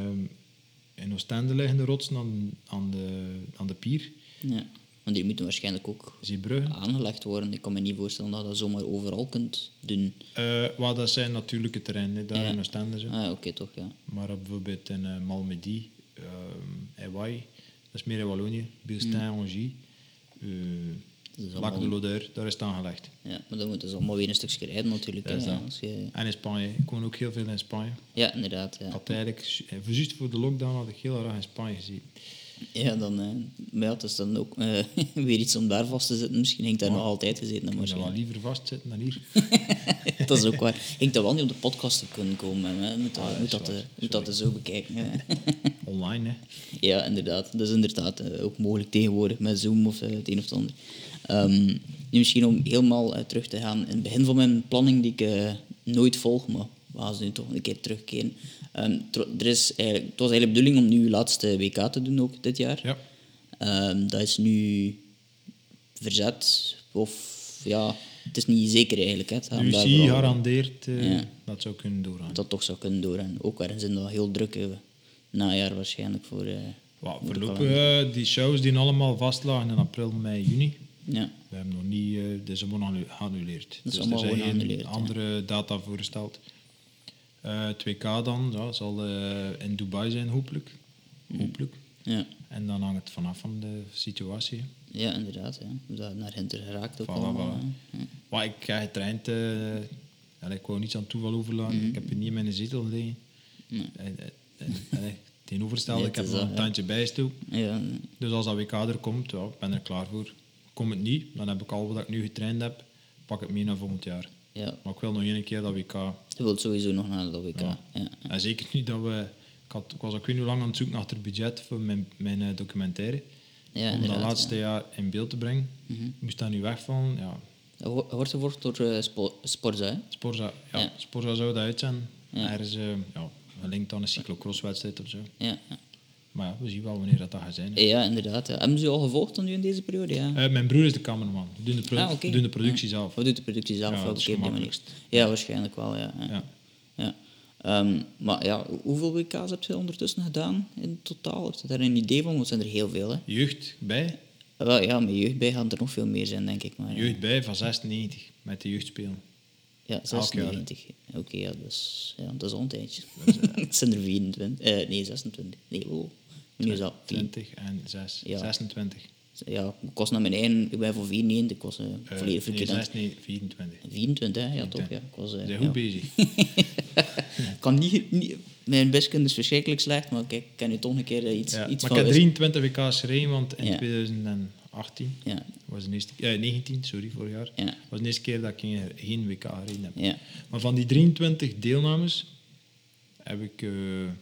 in Oostende liggen de rotsen aan, aan, de, aan de pier. Ja. Want die moeten waarschijnlijk ook Zeebruggen. aangelegd worden. Ik kan me niet voorstellen dat je dat zomaar overal kunt doen. Uh, well, dat zijn natuurlijke terreinen, daar Ja. in Oostende. Zo. Ah, oké, toch, ja. Maar op bijvoorbeeld in uh, Malmedy, uh, Hawaii, dat is meer in Wallonië, Bilstain, Angie, uh, Dat is Lac allemaal- de Lodeur, daar is het aangelegd. Ja, maar dan moeten ze allemaal weer een stukje rijden natuurlijk. Dat is hè, dat. als je... En in Spanje, ik woon ook heel veel in Spanje. Ja, inderdaad. Ja. Ik had eigenlijk, eh, juist voor de lockdown had ik heel erg in Spanje gezien. Ja, dan, eh, maar ja, het is dan ook eh, weer iets om daar vast te zitten. Misschien ging daar nog altijd gezeten. Dan Ik zou wel waarschijnlijk. liever vastzitten dan hier. Dat is ook waar. Ging dat wel niet op de podcast te kunnen komen. Hè? Moet, dat, Ah, dat moet, is dat, waar. eh, moet dat eens zo bekijken. Hè? Online, hè. Ja, inderdaad. Dat is inderdaad eh, ook mogelijk tegenwoordig met Zoom of eh, het een of het ander. Ehm, nu misschien om helemaal eh, terug te gaan in het begin van mijn planning die ik eh, nooit volg, maar we gaan ze nu toch een keer terugkeren. Ehm, tro- er is eigenlijk, het was eigenlijk de bedoeling om nu je laatste W K te doen ook dit jaar. Ja. Ehm, dat is nu verzet of ja, het is niet zeker eigenlijk. Hè. Het gaat De U C daar I vooral- garandeert uh, Ja. dat zou kunnen doorgaan. dat dat toch zou kunnen doorgaan. Ook waarin zijn dat heel drukke najaar waarschijnlijk voor... eh, Well, voor de voorlopig, kalender. uh, die shows die allemaal vastlagen in april, mei, juni. Ja, We hebben nog niet, uh, dit is allemaal annu- geannuleerd. Dat is dus allemaal er zijn gewoon geen geannuleerd, ja. andere data voorgesteld. Uh, twee K dan, ja, zal uh, in Dubai zijn hopelijk. hopelijk. ja. En dan hangt het vanaf van de situatie. ja inderdaad. Ja. Hoe dat naar Hinter geraakt ook Voilà, allemaal. voilà. hè. Ja. Maar ik heb getraind, uh, ja, ik wou niets aan toeval overlaten. Ik heb hier niet in mijn zetel liggen. Nee. En, en, en, en, tegenovergestelde, Nee, ik heb het er is nog een dat, tandje bij gestoken. Ja, Dus als dat W K er komt, ja, ik ben er klaar voor. Komt het niet, dan heb ik al wat ik nu getraind heb, pak het mee naar volgend jaar. ja. Maar ik wil nog één keer dat W K. Je wilt sowieso nog naar dat W K. Ja. Ja. Ja. En zeker niet dat we... Ik, had, ik was ook weet niet hoe lang aan het zoeken achter budget voor mijn, mijn uh, documentaire. Ja, om dat inderdaad, laatste ja. jaar in beeld te brengen. Mhm. Moest dat nu wegvallen? Ja, Dat wo- wordt gevolgd door uh, Spo- Sporza, hè? Sporza, ja, Ja. Sporza zou dat uitzenden. Ja. Er is uh, ja, gelinkt aan een cyclocrosswedstrijd of zo. Ja, ja. Maar ja, we zien wel wanneer dat, dat gaat zijn. hè. ja, inderdaad. Ja. Hebben ze u al gevolgd dan nu in deze periode? Ja. Uh, mijn broer is de cameraman. We doen de, produ- Ah, oké. doen de productie Ja. zelf. Of doet de productie zelf Ja, wel dat is op die manier? gemakkelijkst. Ja, waarschijnlijk wel, ja. ja. Ja. Ja. Ehm, maar ja, ho- hoeveel W K's heb je ondertussen gedaan in totaal? Heb je daar een idee van? Want het zijn er heel veel, hè? Jeugd bij. Ah, wel, ja, met jeugd bij gaan er nog veel meer zijn, denk ik. Maar, ja. Jeugd bij van zesennegentig met de jeugdspelen. Ja, Elk jaar. zesennegentig. Oké, okay, ja, dat is, ja, dat is al een tijdje. Dus, uh, Het zijn er vierentwintig. Uh, nee, zesentwintig. Nee, oh. Nu is dat twintig en zes, ja. zesentwintig. Ja, ik was naar mijn eigen... Ik ben voor vierennegentig, ik was uh, Uh, volledig verkeerd. nee, zes, nee, vierentwintig. vierentwintig, hè? Ja, toch, ja. Ik was, uh, Zijn ja. goed bezig. Ik kan niet, niet... Mijn wiskunde is verschrikkelijk slecht, maar kijk, ik kan nu toch een keer iets, Ja, iets maar van... ik heb drieëntwintig W K's gereden, want in Ja. twintig achttien... Ja, was de eerste, ja, negentien, sorry, vorig jaar. Ja. was de eerste keer dat ik geen, geen W K gereden heb. ja. Maar van die drieëntwintig deelnames heb ik uh,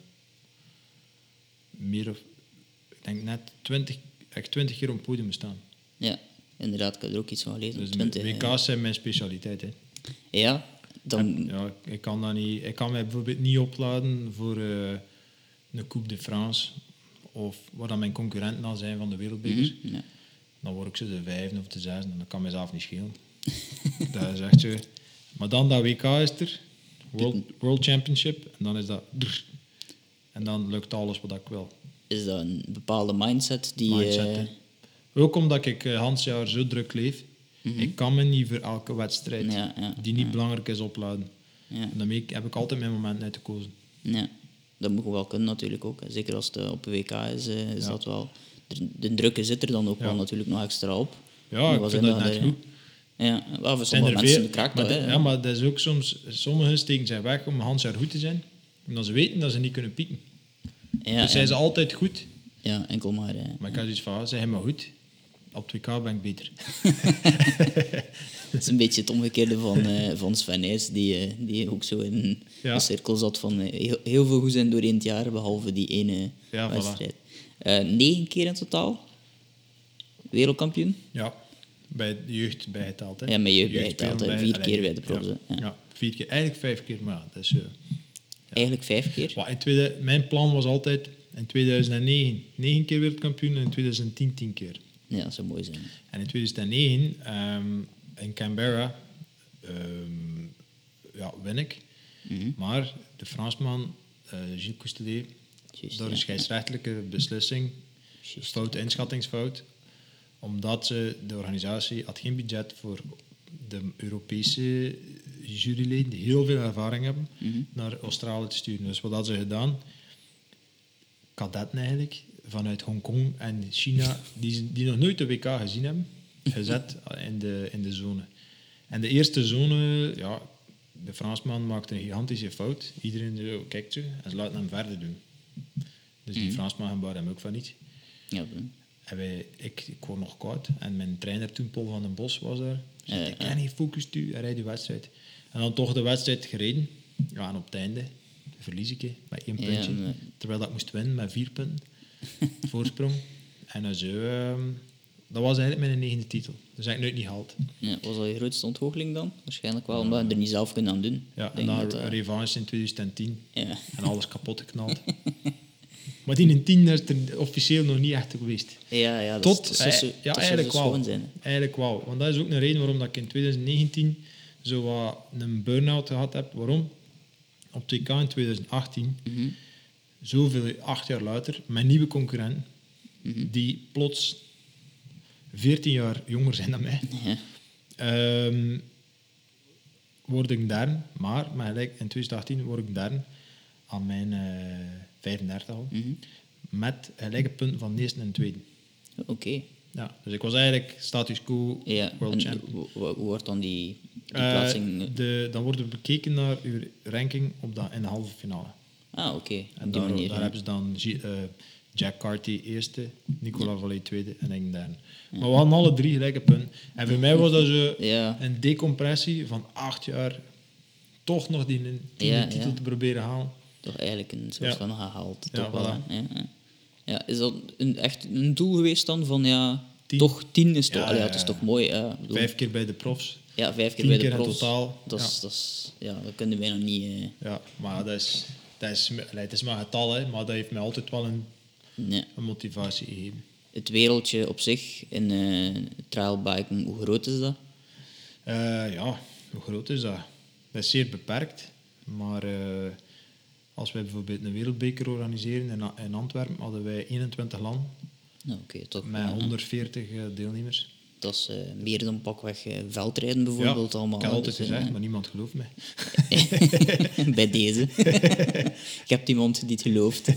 meer of... Ik denk net twintig, echt twintig keer op het podium staan. Ja, inderdaad, ik heb er ook iets van gelezen. Dus twintig, W K's zijn mijn specialiteit. Hè. Ja, dan... En, ja, ik kan dat niet... Ik kan mij bijvoorbeeld niet opladen voor uh, een Coupe de France of wat dan mijn concurrenten al zijn van de wereldbekers. Mhm, ja. Dan word ik zo de vijfde of de zesde en dat kan mijzelf niet schelen. Dat is echt zo. Maar dan dat W K is er, World, World Championship, en dan is dat... En dan lukt alles wat ik wil. Is dat een bepaalde mindset die... Mindset, uh, hè. Ook omdat ik uh, Hans jaar zo druk leef. Mhm. Ik kan me niet voor elke wedstrijd Ja, ja, die niet ja. belangrijk is opladen. Ja. En daarmee heb ik altijd mijn momenten uitgekozen. Ja, dat moet je wel kunnen natuurlijk ook. Hè. Zeker als het op een W K is, uh, is Ja. dat wel... De, de drukke zit er dan ook Ja. wel natuurlijk nog extra op. Ja, Nu ik was vind in dat net er, goed. Ja, wel, voor Zijn sommige er mensen veel- kraakt maar dat. de- Hè. Ja, maar dat is ook soms... Sommigen steken zijn weg om Hans jaar goed te zijn. Omdat ze weten dat ze niet kunnen pieken. Ja, dus zijn ja. ze altijd goed. Ja, enkel maar... Uh, Maar ik had zoiets van, zeg maar goed. Op het W K ben ik beter. Het is een beetje het omgekeerde van, uh, van Sven Nys, die, uh, die ook zo in Ja. een cirkel zat van uh, heel, heel veel goed zijn door één jaar, behalve die ene Ja, voilà. wedstrijd. Uh, negen keer in totaal. Wereldkampioen. Ja, bij de jeugd bijgeteld. Hè. Ja, met jeugd Jeugdspelen bijgeteld, hè. Vier keer bij de profs, Ja. hè. Ja. Ja, vier keer. Eigenlijk vijf keer, maar ja, dat is... Uh, Eigenlijk vijf keer. maar in tweede, mijn plan was altijd in tweeduizend negen negen keer wereldkampioen en in tweeduizend tien tien keer. Ja, dat zou mooi zijn. En in tweeduizend negen um, in Canberra um, ja, win ik. Mhm. Maar de Fransman, uh, Gilles Coustelet, Juist, door ja, een scheidsrechtelijke beslissing, Juist, fout, inschattingsfout, omdat ze, de organisatie had geen budget voor de Europese juryleden, die heel veel ervaring hebben, Mhm. naar Australië te sturen. Dus wat hadden ze gedaan? Kadetten eigenlijk, vanuit Hongkong en China, die, die nog nooit de W K gezien hebben, gezet in de, in de zone. En de eerste zone, ja, de Fransman maakte een gigantische fout. Iedereen zo, kijkt zo, en ze laten hem verder doen. Dus die Mhm. Fransman gebaarde hem ook van niet. Ja, En wij, ik, ik word nog koud. En mijn trainer toen, Paul van den Bos, was daar. Zei, Ja, ik ja. kan niet focus u, hij rijdt de wedstrijd. En dan toch de wedstrijd gereden. Ja, en op het einde verlies ik hè, met één Ja, puntje. maar- Terwijl dat ik moest winnen met vier punten. Voorsprong. En dan zo... ehm, dat was eigenlijk mijn negende titel. Dus heb ik nooit niet gehaald. ja, was dat je grootste ontgoocheling dan? Waarschijnlijk wel, omdat je er niet zelf kunt aan doen. Ja, Ik en denk dan dat, een eh, revanche in tweeduizend tien. ja. En alles kapot geknald. Maar die in tien is er officieel nog niet echt geweest. Ja, ja, dat, Tot, is- dat, is zo- eh, ja, dat zou eigenlijk zo wel. schoon zijn. Hè. Eigenlijk wel. Want dat is ook een reden waarom dat ik in tweeduizend negentien zo wat een burn-out gehad heb. Waarom? Op het W K in tweeduizend achttien, Mhm. zoveel, acht jaar later, met nieuwe concurrenten, Mhm. die plots veertien jaar jonger zijn dan mij, Ja. ehm, word ik derde. Maar, maar gelijk, in tweeduizend achttien word ik derde aan mijn eh vijfendertig al. Mhm. Met gelijke punten van de eerste en tweede. Oké. Ja, dus ik was eigenlijk status quo Ja, world en champion. hoe, hoe hoe wordt dan die, die Eh, plaatsing... eh, de, dan wordt er bekeken naar uw ranking op de, in de halve finale. Ah, oké. En Op die daar, manier. daar ja. hebben ze dan G- eh, Jack Carty eerste, Nicolas Vallée tweede en ik derde. Maar we hadden alle drie gelijke punten. En voor mij was dat zo Ja. een decompressie van acht jaar toch nog die een tiende Ja, titel ja. te proberen halen. Toch eigenlijk een soort Ja. van gehaald. Ja, Toch wel, voilà. hè. Ja, ja. Ja, is dat een, echt een doel geweest dan van ja, Tien. toch tien is toch, Ja, allee, ja, ja, het is ja. toch mooi. Ja, ik bedoel, Vijf keer bij de profs. ja, vijf keer tien bij de keer in profs. totaal. Dat is, Ja. dat is, ja, dat kunnen wij nog niet. eh, Ja, maar dat is, dat is, allee, het is maar getal, hè, maar dat heeft mij altijd wel een, nee. een motivatie gegeven. Het wereldje op zich in uh, trailbiken, hoe groot is dat? Eh, ja, hoe groot is dat? Dat is zeer beperkt. Maar eh, als wij bijvoorbeeld een wereldbeker organiseren in, A- in Antwerpen, hadden wij eenentwintig landen Nou, oké, toch. met ja, honderdveertig eh, deelnemers. Dat dat is uh, meer dan pakweg uh, veldrijden bijvoorbeeld. Ja, allemaal. ik heb het altijd dus, gezegd, uh, maar niemand gelooft mij. bij deze. Ik heb iemand die het gelooft.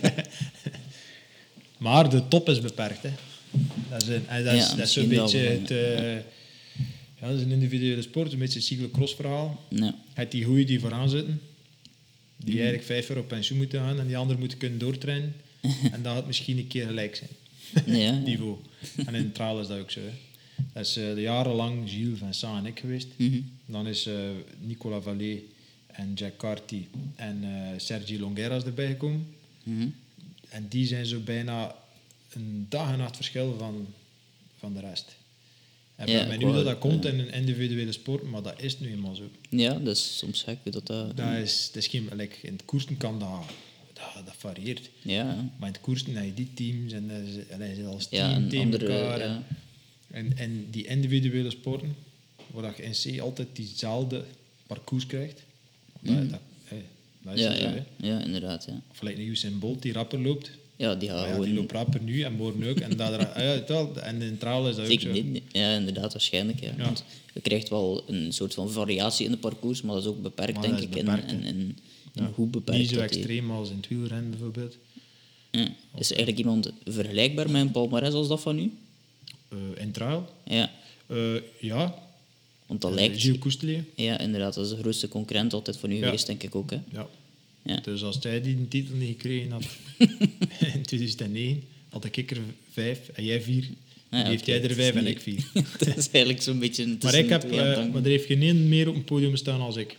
Maar de top is beperkt. Hè. Dat is, een, dat is, Ja, dat is zo'n misschien beetje wel, het... Uh, ja, dat is een individuele sport, een beetje een cyclocross verhaal. Ja. Het die goeie die vooraan zitten, die Mm. eigenlijk vijf jaar op pensioen moeten gaan en die anderen moeten kunnen doortrainen. En dat gaat misschien een keer gelijk zijn. Ja, ja. Niveau. En in het traal is dat ook zo. Hè. Dat is uh, jarenlang Gilles, Vincent en ik geweest. Mm-hmm. Dan is uh, Nicolas Vallée en Jack Carty en uh, Sergi Longueras erbij gekomen. Mm-hmm. En die zijn zo bijna een dag en nacht verschil van, van de rest. En Ja, ik ben ik nu dat wou- dat komt ja. in een individuele sport, maar dat is nu eenmaal zo. Ja, dat is soms gek dat dat... Dat is, dat is geen, like, in het koersen kan dat, dat, dat varieert. Ja, ja. Maar in het koersen heb je die teams en dat is, allee, je zit als team Ja, en tegen andere... elkaar. ja. En, en, en die individuele sporten, waar je in C altijd diezelfde parcours krijgt, Mhm. dat, dat, hey, dat is Ja, het, ja, hè. ja, inderdaad, ja. Of like een Usain Bolt die rapper loopt. Ja, die gaat Ah ja, gewoon... die loopt rapper nu en morgen ook. En, dat er, ah ja, het wel, en in traal is dat ook Zeker zo. niet. Ja, inderdaad, waarschijnlijk. Ja. Ja. Want je krijgt wel een soort van variatie in de parcours, maar dat is ook beperkt, Maar denk dat is ik. beperkt, in, hè. in, in, in Ja. hoe beperkt Niet zo dat die- extreem als in het wielrennen bijvoorbeeld. Ja. Is er eigenlijk iemand vergelijkbaar met een palmarès als dat van u? Uh, in traal? Ja, Uh, ja. want dat Uh, lijkt... Gilles Coustelier. Ja, inderdaad, dat is de grootste concurrent altijd van u Ja. geweest, denk ik ook. Hè. Ja. Ja. Dus als hij die titel niet gekregen had in tweeduizend negen, had ik er vijf en jij vier. Ja, Die heeft oké, jij er het is vijf en niet- ik vier. Dat is eigenlijk zo'n beetje een Maar, ik heb, tussen twee uh, aan het maar er heeft geen één meer op een podium staan als ik.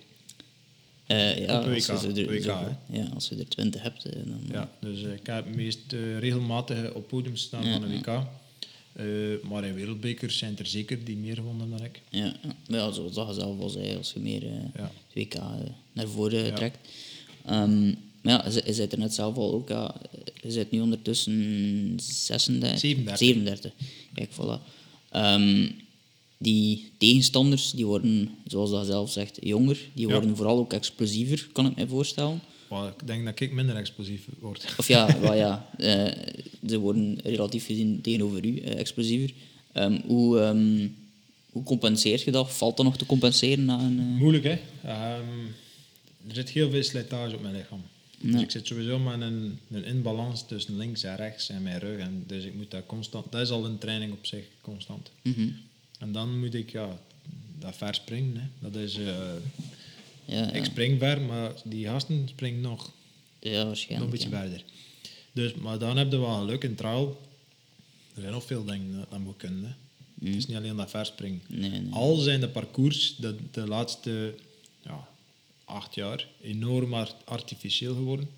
Eh, ja, op een als W K, je er, W K, zo- hè. ja, als je er twintig hebt, eh, dan... Ja, dus uh, ik heb meest uh, regelmatig op podium staan Ja, van een ja. W K. Uh, maar in wereldbekers zijn er zeker die meer gewonnen dan ik. Ja, ja. Maar ja, zoals dat je zelf al zei, als je meer eh Ja. W K eh, naar voren Ja. trekt. Ehm, maar ja, je, je zei er net zelf al ook, ja, je zit nu ondertussen zesendertig, zevenendertig. zevenendertig. Kijk, voilà. Ehm, die tegenstanders, die worden, zoals dat zelf zegt, jonger. Die Ja. worden vooral ook explosiever, kan ik me voorstellen. Maar ik denk dat ik minder explosief word. Of ja, wel ja eh, ze worden relatief gezien tegenover u eh, explosiever. Ehm, hoe, ehm, hoe compenseer je dat? Valt dat nog te compenseren na een... eh, Moeilijk, hè? Ehm, er zit heel veel slijtage op mijn lichaam. Dus Ja. ik zit sowieso met een, een inbalans tussen links en rechts en mijn rug. En dus ik moet dat constant... Dat is al een training op zich, constant. mhm. En dan moet ik, ja, dat ver springen. Hè. Dat is... eh, Ja, Ik ja. spring ver, maar die gasten springen nog, ja, nog waarschijnlijk. een beetje ja. verder. Dus, maar dan heb je wel geluk in trail. Er zijn nog veel dingen dat, dat moet kunnen. Hè. Mm. Het is niet alleen dat verspringen. Nee, nee. Al zijn de parcours de, de laatste ja, acht jaar enorm art- artificieel geworden.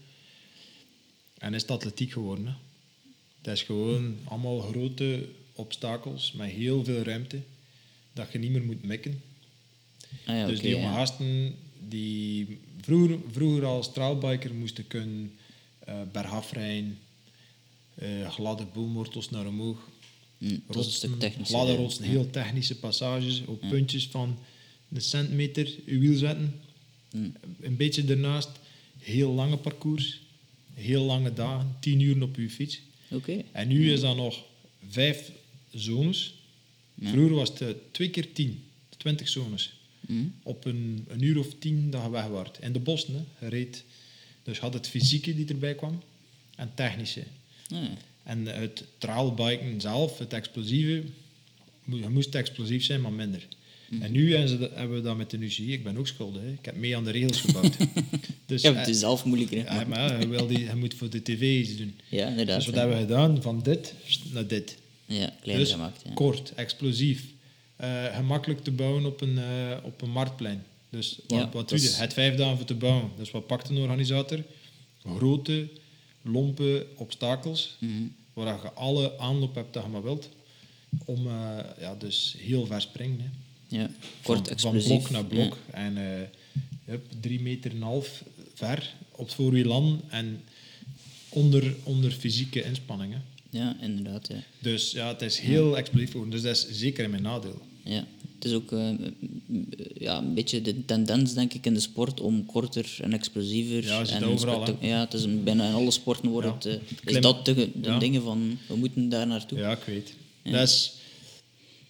En is het atletiek geworden. Hè. Het is gewoon allemaal grote obstakels met heel veel ruimte. Dat je niet meer moet mikken. Ah, ja, dus oké, die jonge ja. gasten die vroeger, vroeger als trailbiker moesten kunnen uh, bergaf rijden, uh, gladde boomwortels naar omhoog, Mm, dat is een stuk technischer, gladde ja. rotsen, Ja. heel technische passages op puntjes van een centimeter je wiel zetten. Mm. Een beetje daarnaast heel lange parcours, heel lange dagen, tien uur op je fiets. Oké. En nu is dat nog vijf zones. Ja. Vroeger was het uh, twee keer tien, twintig zones. Mm. Op een, een uur of tien dat je weg was. In de bossen, hè. Je reed. Dus je had het fysieke die erbij kwam en het technische. Ah, ja. En het trailbiken zelf, het explosieve, mo- je moest explosief zijn, maar minder. Mhm. En nu hebben, ze dat, hebben we dat met de U C I. Ik ben ook schuldig. Hè. Ik heb mee aan de regels gebouwd. dus, Je hebt het eh, dus zelf moeilijker. hè. ja, maar ja, je, wil die, je moet voor de tv iets doen. Ja, inderdaad. Dus wat ja. hebben we gedaan? Van dit naar dit. Ja, kleiner Dus gemaakt. Ja. kort, explosief. Eh, gemakkelijk te bouwen op een, eh, op een marktplein. Dus wat, Ja, wat dat doe je? is- Het vijf dagen voor te bouwen. Dus wat pakt een organisator? Grote, lompe obstakels, Mhm. waar je alle aanloop hebt dat je maar wilt. Om eh, ja, dus heel ver springen. Hè. Ja, kort, van, van explosief. blok naar blok. En eh, hup, drie meter en een half ver op het voorwiel en onder, onder fysieke inspanningen. Ja, ja, inderdaad. Ja. Dus ja, het is heel explosief geworden. Dus dat is zeker in mijn nadeel. Ja. Het is ook eh, ja, een beetje de tendens, denk ik, in de sport om korter en explosiever. Ja, je ziet en dat overal, spectac- hè. Ja, het is een, bijna in alle sporten wordt Ja. het... eh, is Klim- dat de, de Ja. dingen van, we moeten daar naartoe. Ja, ik weet. Ja. Dat is,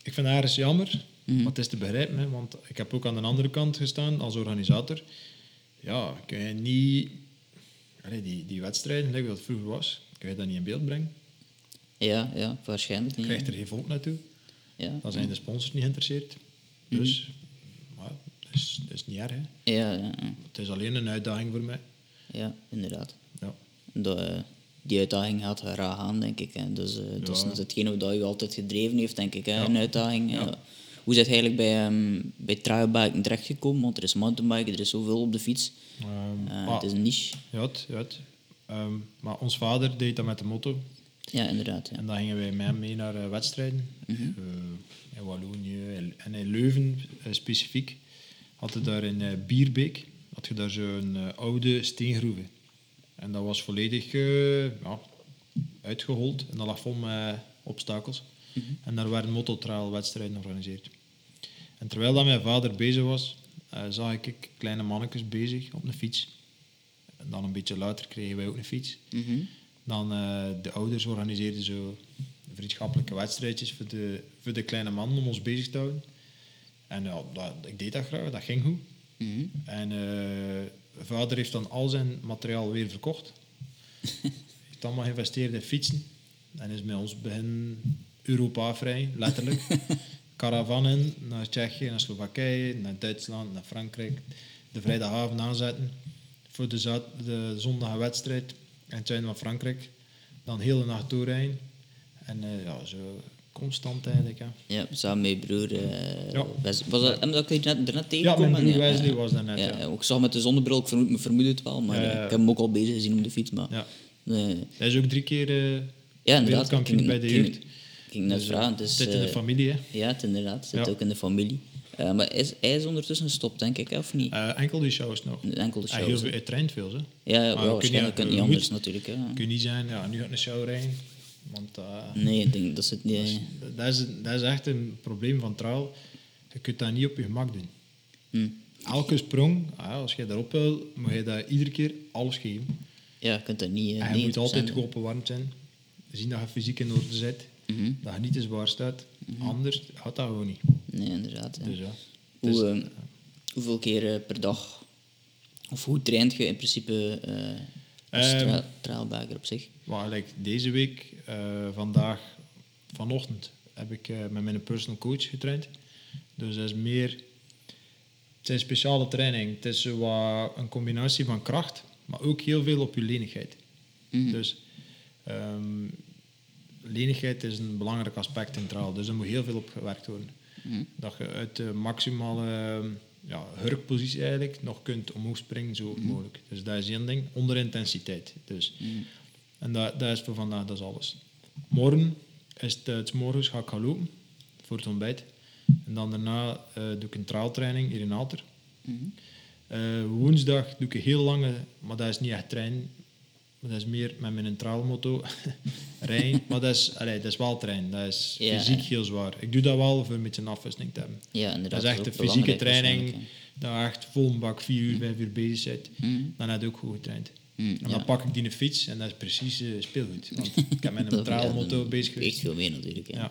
ik vind het ergens jammer, Mhm. maar het is te begrijpen. Hè, want ik heb ook aan de andere kant gestaan als organisator. Ja, kun je niet... Allee, die, die wedstrijden, like dat het vroeger was, kun je dat niet in beeld brengen. Ja, ja, waarschijnlijk niet. Krijgt er geen volk naartoe. Ja, Dan zijn de sponsors niet geïnteresseerd. Dus, maar, dat is, dat is niet erg. Hè. ja, ja, ja. Het is alleen een uitdaging voor mij. Ja, inderdaad. Ja. Dat, eh, die uitdaging gaat graag aan, denk ik. Hè. Dus, eh, dat is Ja. net hetgene wat u altijd gedreven heeft, denk ik. Hè. Ja. Een uitdaging. Ja. Eh, hoe is het eigenlijk bij, ehm bij trailbiken terechtgekomen? Want er is mountainbiken, er is zoveel op de fiets. Ehm, Eh, maar- het is een niche. Ja, het, ja, het. Ehm, maar ons vader deed dat met de motto. Ja, inderdaad. Ja. En dan gingen wij met hem mee naar eh, wedstrijden. Mhm. Eh, in Wallonië en in Leuven eh, specifiek. Had je daar in eh, Bierbeek had je daar zo'n eh, oude steengroeve. En dat was volledig eh, ja, uitgehold. En dat lag vol met obstakels. Mhm. En daar werden mototrailwedstrijden georganiseerd. En terwijl dat mijn vader bezig was, eh, zag ik kleine mannetjes bezig op een fiets. En dan een beetje later kregen wij ook een fiets. Mhm. Dan eh, de ouders organiseerden zo vriendschappelijke wedstrijdjes voor de, voor de kleine mannen om ons bezig te houden. En ja, dat, ik deed dat graag, dat ging goed. Mhm. En eh, vader heeft dan al zijn materiaal weer verkocht. Heeft allemaal geïnvesteerd in fietsen. En is met ons begin Europa vrij, letterlijk. Caravannen naar Tsjechië, naar Slowakije, naar Duitsland, naar Frankrijk. De vrijdagavond aanzetten voor de, za- de zondag wedstrijd in het zuiden van Frankrijk. Dan heel de nacht doorrijden. En eh, ja, zo constant eigenlijk. Ja, Ja, samen met je broer. eh, Ja. Wes- was dat hem dat ik net, daarnet ja tegengekomen? mijn broer Ja, Wesley ja. was daar net. Ja, Ja, ja, ik zag met de zonnebril, ik vermoed, ik vermoed het wel, maar Ja, ja, eh, ja. ik heb hem ook al bezig gezien op de fiets. Maar, Ja. eh, Hij is ook drie keer eh ja, inderdaad. wereldkampioen ik bij de ging- jeugd. Ik ging net Dus, eh, vragen. Het is, zit in de eh, familie, hè. Ja, het inderdaad. Het zit Ja. ook in de familie. Eh, maar is, hij is ondertussen gestopt, denk ik, hè, of niet? Eh, enkel die shows nog. Enkel de Hij, shows. heel, hè. hij traint veel, hè. Ja, ja, Maar ja, kun je waarschijnlijk niet- kan het niet je anders moet- natuurlijk. Hè. Kun je niet zijn, ja, nu gaat een show rijden. Want eh, Nee, ik denk dat zit niet... eh, dat, is, dat is echt een probleem van trail. Je kunt dat niet op je gemak doen. hm. Elke sprong, ah, als je daarop wil, moet je dat iedere keer alles geven. Ja, je kunt dat niet... eh, En je moet negentig procent altijd goed opgewarmd zijn. Zien dat je fysiek in orde zit. Mhm. Dat je niet te zwaar staat. Anders gaat dat gewoon niet. Nee, inderdaad. Ja. Dus ja. Hoe, Dus, eh, hoeveel keer eh, per dag... Of hoe traint je in principe eh als Ehm, tra- trailbiker op zich? maar, like, deze week, eh, vandaag, vanochtend, heb ik eh, met mijn personal coach getraind. Dus dat is meer... Het is een speciale training. Het is zo wat een combinatie van kracht, maar ook heel veel op je lenigheid. Mhm. Dus ehm, lenigheid is een belangrijk aspect in trail. Dus er moet heel veel op gewerkt worden. Mhm. Dat je uit de maximale ehm, ja, hurkpositie eigenlijk nog kunt omhoog springen, zo Mhm. mogelijk. Dus dat is één ding, onder intensiteit. Dus. Mhm. En dat, dat is voor vandaag, dat is alles. Morgen is het, het 's morgens ga ik gaan lopen, voor het ontbijt. En dan daarna eh, doe ik een trailtraining hier in Alter. Mhm. Eh, woensdag doe ik een heel lange, maar dat is niet echt trainen. Maar dat is meer met mijn trailmotto rijden. Maar dat is, allee, dat is wel trainen. Dat is Ja, fysiek ja. heel zwaar. Ik doe dat wel voor een beetje een afwisseling te hebben. Ja, inderdaad. Dat is echt ook een fysieke belangrijk training. waarschijnlijk, Dat je echt vol een bak vier uur, vijf uur bezig bent. hè. Mhm. Dan heb je ook goed getraind. Mhm, En dan ja. pak ik die een fiets en dat is precies eh, speelgoed. Want ik heb met een Dat- ja, trailmotto dan bezig geweest. weegt veel meer natuurlijk. Ja. Ja.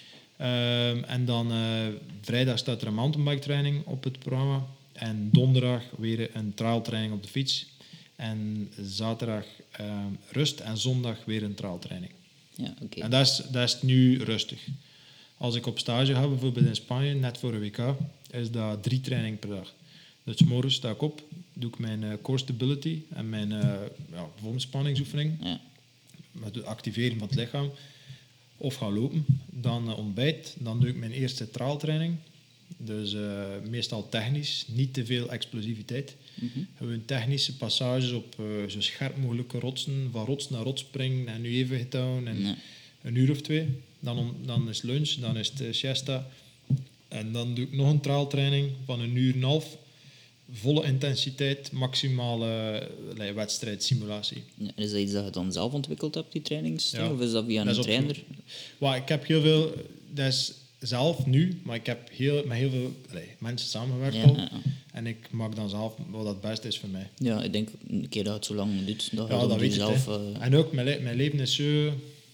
Ehm, en dan eh, vrijdag staat er een mountainbike training op het programma. En donderdag weer een trailtraining op de fiets. En zaterdag ehm, rust en zondag weer een trailtraining. Ja, oké. En dat is, dat is nu rustig. Als ik op stage ga, bijvoorbeeld in Spanje, net voor een W K, is dat drie trainingen per dag. Dus 's morgens sta ik op, doe ik mijn eh, core stability en mijn uh, ja, vormspanningsoefening, Ja. met het activeren van het lichaam. Of ga lopen. Dan eh, ontbijt. Dan doe ik mijn eerste traaltraining. Dus eh, meestal technisch. Niet te veel explosiviteit. Mhm. Gewoon technische passages op eh, zo scherp mogelijke rotsen. Van rots naar rots springen en nu even getouwen. En Ja. een uur of twee. Dan, om, dan is lunch. Dan is het eh, siesta. En dan doe ik nog een traaltraining van een uur en een half. Volle intensiteit. Maximale uh, wedstrijdsimulatie. Ja, is dat iets dat je dan zelf ontwikkeld hebt, die trainingsstijl? Ja. Of is dat via Dat is een op- trainer? Well, ik heb heel veel, dat is zelf nu, maar ik heb heel, met heel veel allee, mensen samengewerkt Ja, al. ja, ja. En ik maak dan zelf wat het beste is voor mij. Ja, ik denk een keer dat je het zo lang doet, dat je Ja, dat dat weet je. zelf... hè. eh, En ook, mijn, le- mijn leven is zo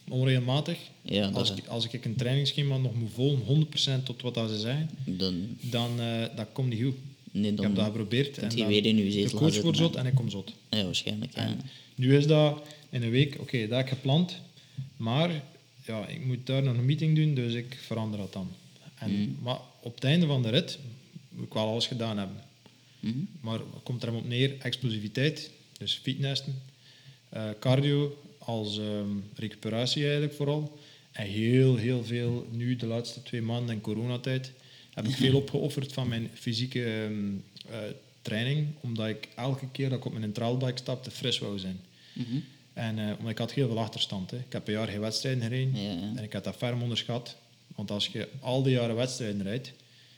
onregelmatig. Ja, dat als, is- ik, als ik een trainingsschema nog moet volgen, honderd procent tot wat dat ze zeggen, Dan, dan uh, dat komt niet goed. nee, Ik dan heb dat geprobeerd. kunt En je dan weer in je zetel de gaan coach zitten, wordt zot hè. en ik kom zot. Ja, waarschijnlijk. Ja. En nu is dat in een week, oké, okay, dat heb ik gepland, maar ja, ik moet daar nog een meeting doen, dus ik verander dat dan. En, Mm. Maar op het einde van de rit moet ik wel alles gedaan hebben. Mhm. Maar het komt er op neer, explosiviteit, dus fitnessen, uh, cardio als um, recuperatie eigenlijk vooral. En heel, heel veel, nu de laatste twee maanden in coronatijd, heb ik veel opgeofferd van mijn fysieke um, uh, training, omdat ik elke keer dat ik op mijn trailbike stapte, fris wou zijn. Mhm. En uh, omdat ik had heel veel achterstand. Hè. Ik heb een jaar geen wedstrijden gereden Ja, ja. en ik had dat ferm onderschat. Want als je al die jaren wedstrijden rijdt,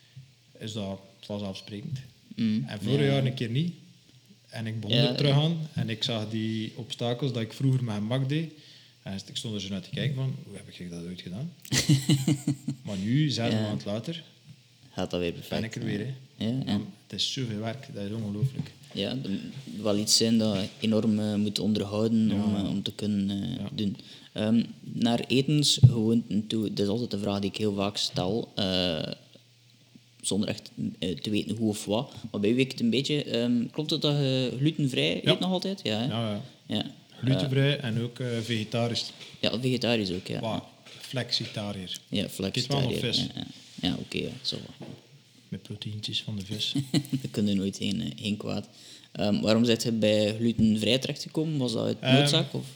is dat vanzelfsprekend. Mm. En vorig Ja. jaar een keer niet. En ik begon Ja, er terug aan en ik zag die obstakels dat ik vroeger met gemak deed. En ik stond er zo naar te kijken van, hoe heb ik dat ooit gedaan? Maar nu, zes Ja. maanden later, Gaat dat weer perfect. ben ik er weer. Hè. Ja, ja. Het is zoveel werk, dat is ongelooflijk. Ja, er moet wel iets zijn dat je enorm uh, moet onderhouden Ja. om, uh, om te kunnen uh, Ja. doen. Um, naar etensgewoonten toe, dat is altijd een vraag die ik heel vaak stel, uh, zonder echt uh, te weten hoe of wat. Maar bij u weet ik het een beetje. Um, klopt het dat je glutenvrij eet Ja. nog altijd? Ja, hè? Ja, ja. Ja. Glutenvrij en ook uh, vegetarisch. Ja, vegetarisch ook, ja. Wow, flexitariër. Ja, Eet wel nog flexitariër. vis. Ja, ja. ja oké, okay, ja, zo. Met proteïntjes van de vis. Daar kun je nooit heen, uh, heen kwaad. Um, waarom zit je bij glutenvrij terechtgekomen? Was dat uit noodzaak? Um, of?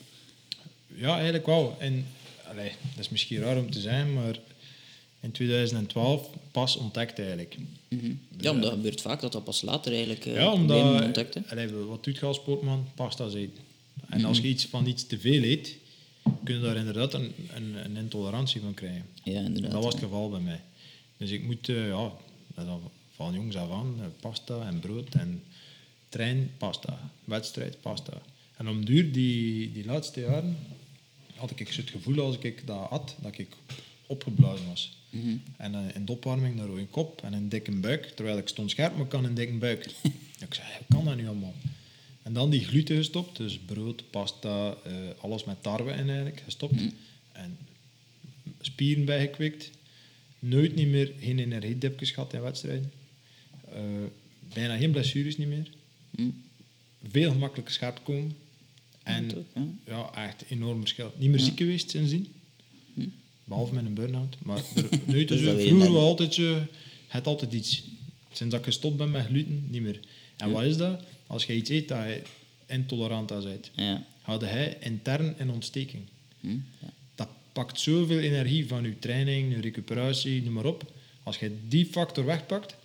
Ja, eigenlijk wel. En, allee, dat is misschien raar om te zeggen, maar in twintig twaalf pas ontdekt eigenlijk. Mm-hmm. Ja, maar dat gebeurt vaak, dat dat pas later eigenlijk uh, ja, omdat, ontdekt. Allee, wat doet je als sportman? Pasta's eten. En Mm-hmm. als je iets van iets te veel eet, kun je daar inderdaad een, een, een intolerantie van krijgen. Ja, inderdaad. Dat was het geval bij mij. Dus ik moet, uh, ja, van jongs af aan, pasta en brood en trein, pasta. Wedstrijd, pasta. En om duur, die, die laatste jaren, had ik het gevoel als ik dat at, dat ik opgeblazen was. Mm-hmm. En uh, in de opwarming een rode kop en een dikke buik. Terwijl ik stond scherp, maar ik kan een dikke buik. Ik zei, hoe kan dat nu allemaal? En dan die gluten gestopt, dus brood, pasta, uh, alles met tarwe in eigenlijk gestopt. Mm. En spieren bijgekwikt. Nooit niet meer, geen energiedipjes gehad in wedstrijden. Uh, bijna geen blessures niet meer. Mm. Veel gemakkelijker scherp komen. En ja, ja. ja, echt enorm verschil. Niet meer ja. ziek geweest sindsdien. Mm. Behalve met een burn-out. Maar er, nooit dus zo, vroeger was altijd zo, het altijd iets. Sinds dat ik gestopt ben met gluten, niet meer. En ja. wat is dat? Als je iets eet dat je intolerant aan bent, ja. had hij intern een ontsteking. Mm. Ja. Dat pakt zoveel energie van je training, je recuperatie, noem maar op. Als je die factor wegpakt,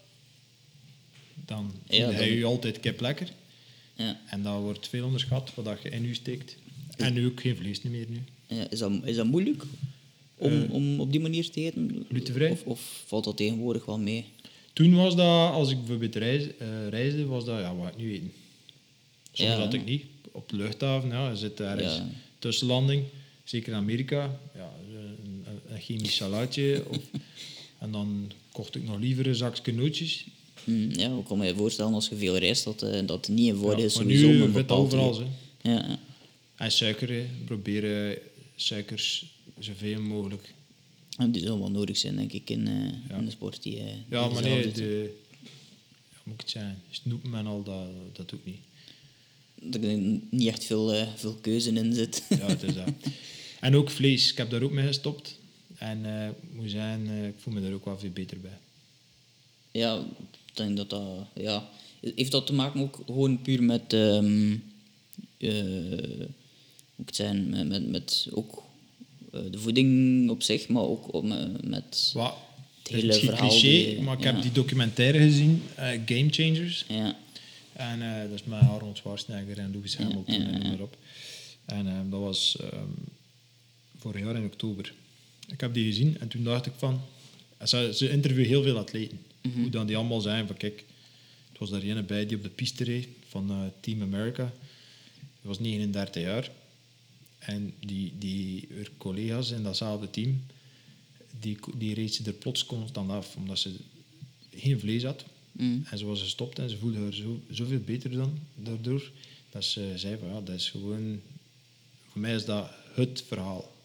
dan ja, voel je je altijd kip lekker. Ja. En dat wordt veel onderschat, wat je in je steekt. En nu ook geen vlees meer nu. Ja, is, dat, is dat moeilijk om, uh, om op die manier te eten? Glutenvrij? Of, of valt dat tegenwoordig wel mee? Toen was dat, als ik bijvoorbeeld reis, uh, reisde, was dat, ja, wat ik nu eten. Soms ja. had ik niet. Op de luchthaven, ja, je zit ergens ja. tussenlanding. Zeker in Amerika. Ja, een, een chemisch salaatje. Of, en dan kocht ik nog liever een zakje nootjes. Mm, ja, ik kan me voorstellen als je veel reist, dat, uh, dat het niet in voordeel is. Ja, maar nu vet het overal. Hè. Ja, ja. En suiker, hè. Proberen suikers zoveel mogelijk. En die zal wel nodig zijn, denk ik, in, uh, ja. in de sport. Die, uh, ja, die maar nee, de, ja, moet ik het zeggen, snoepen en al, dat, dat doe ik niet. Dat er niet echt veel, uh, veel keuze in zit. Ja, het is dat. En ook vlees, ik heb daar ook mee gestopt. En uh, ik moet zeggen, uh, ik voel me daar ook wel veel beter bij. Ja, ik denk dat dat... Ja. Heeft dat te maken ook gewoon puur met... Um, uh, hoe het zijn, met, met, met ook uh, de voeding op zich, maar ook om, uh, met Wat? het hele verhaal. Cliché, die, maar ik ja. heb die documentaire gezien, uh, Game Changers. Ja. En uh, dat is met Arnold Schwarzenegger en Lewis ja, Hamilton ja, ja. en noem maar op. En uh, dat was um, vorig jaar in oktober. Ik heb die gezien en toen dacht ik van... Ze, ze interviewen heel veel atleten. Mm-hmm. Hoe dan die allemaal zijn. Van kijk, het was daar een bij die op de piste reed van uh, Team America. Dat was negenendertig jaar. En die, die haar collega's in datzelfde team, die, die reed ze er plots constant af. Omdat ze geen vlees had. Mm. En ze was gestopt en ze voelde haar zo, zoveel beter dan daardoor. Dat ze zei van ja, dat is gewoon... Voor mij is dat het verhaal.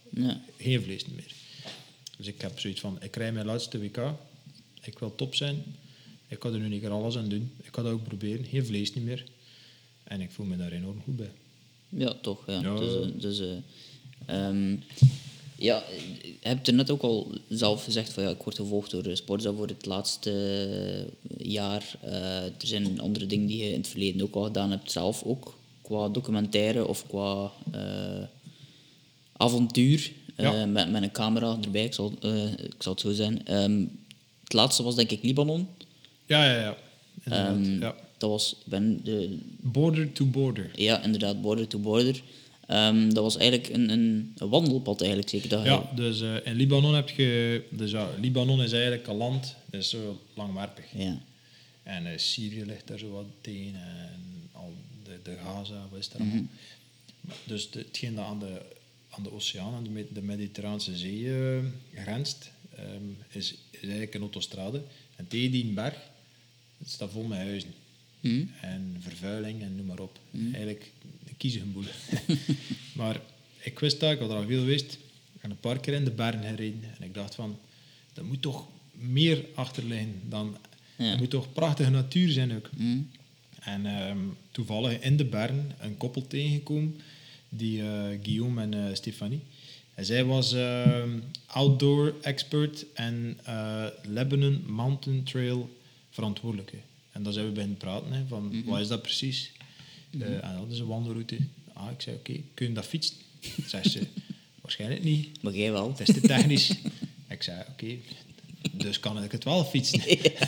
Ja. geen vlees meer. Dus ik heb zoiets van, ik krijg mijn laatste W K, ik wil top zijn, ik ga er nu een keer alles aan doen, ik ga dat ook proberen, geen vlees niet meer. En ik voel me daar enorm goed bij. Ja, toch. Ja. Ja. Dus, eh, dus, eh, ehm, ja, je hebt er net ook al zelf gezegd van ja, ik word gevolgd door Sportza voor het laatste eh, jaar. Eh, er zijn andere dingen die je in het verleden ook al gedaan hebt, zelf ook, qua documentaire of qua eh, avontuur. eh, Ja. met, met een camera erbij, ik zal, eh, ik zal het zo zijn. Ehm, het laatste was denk ik Libanon. Ja, ja, ja. Inderdaad, Ehm, ja. Dat was, ik ben de, Border to border. ja, inderdaad, border to border. Ehm, dat was eigenlijk een, een, een wandelpad, eigenlijk zeker. Dat je- Ja, dus uh, in Libanon heb je... Dus ja, Libanon is eigenlijk een land, dat is zo langwerpig. ja. En uh, Syrië ligt daar zo wat tegen, en al de, de Gaza, wat is er allemaal. Maar Dus de, hetgeen dat aan de, aan de oceaan, aan de, Me- de Mediterraanse Zee uh, grenst, um, is, is eigenlijk een autostrade. En tegen die berg, het staat vol met huizen. Mhm. En vervuiling en noem maar op. Eigenlijk een kiezenboel. Maar ik wist dat, ik had er al veel geweest. En een paar keer in de bergen gereden. En ik dacht van, dat moet toch meer achter liggen dan... Ja. Het moet toch prachtige natuur zijn ook. Mhm. En ehm, toevallig in de bergen een koppel tegengekomen, die eh, Guillaume en uh, Stefanie. En zij was ehm, outdoor expert en uh, Lebanon Mountain Trail verantwoordelijke. En daar zijn we bij praten, hè, van Mhm. wat is dat precies? Uh, en dat is een wandelroute. Ah, ik zei, oké, kun je dat fietsen? Zegt ze, waarschijnlijk niet. Maar jij wel. Het is te technisch. Ik zei, oké, dus kan ik het wel fietsen.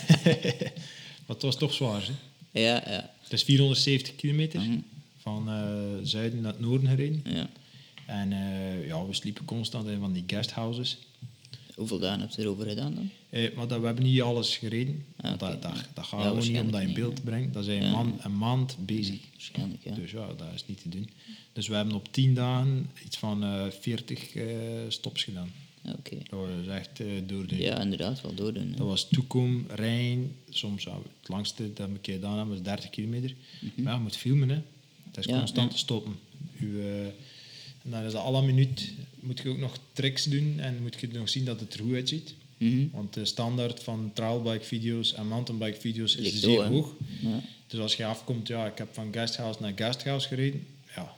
Maar het was toch zwaar, hè? Ja, ja. Het is vierhonderdzeventig kilometer Mhm. van uh, zuiden naar het noorden gereden. ja. En uh, ja, we sliepen constant in van die guesthouses. Hoeveel dagen heb je erover gedaan dan? Eh, maar dat, we hebben niet alles gereden. Ah, oké, dat, dat, ja. dat gaat Ja, gewoon niet om dat in waarschijnlijk beeld niet, te brengen. Dat zijn Ja. een, man, een maand bezig. Waarschijnlijk, ja. Dus ja, dat is niet te doen. Dus we hebben op tien dagen iets van uh, veertig uh, stops gedaan. Ja, oké. Dat was echt uh, doordoen. Ja, inderdaad, wel doordoen. Dat was Toekom, Rijn, soms ja, het langste dat we een keer gedaan hebben was dertig kilometer. Maar ja, je moet filmen, hè. Het is Ja, constant ja. stoppen. U, uh, en dan is dat alle minuut, moet je ook nog tricks doen en moet je nog zien dat het er goed uitziet. Mhm. Want de standaard van trailbike video's en mountainbike video's is Ligt zeer zo, hè. hoog. Ja. Dus als je afkomt, ja, ik heb van guesthouse naar guesthouse gereden. Ja.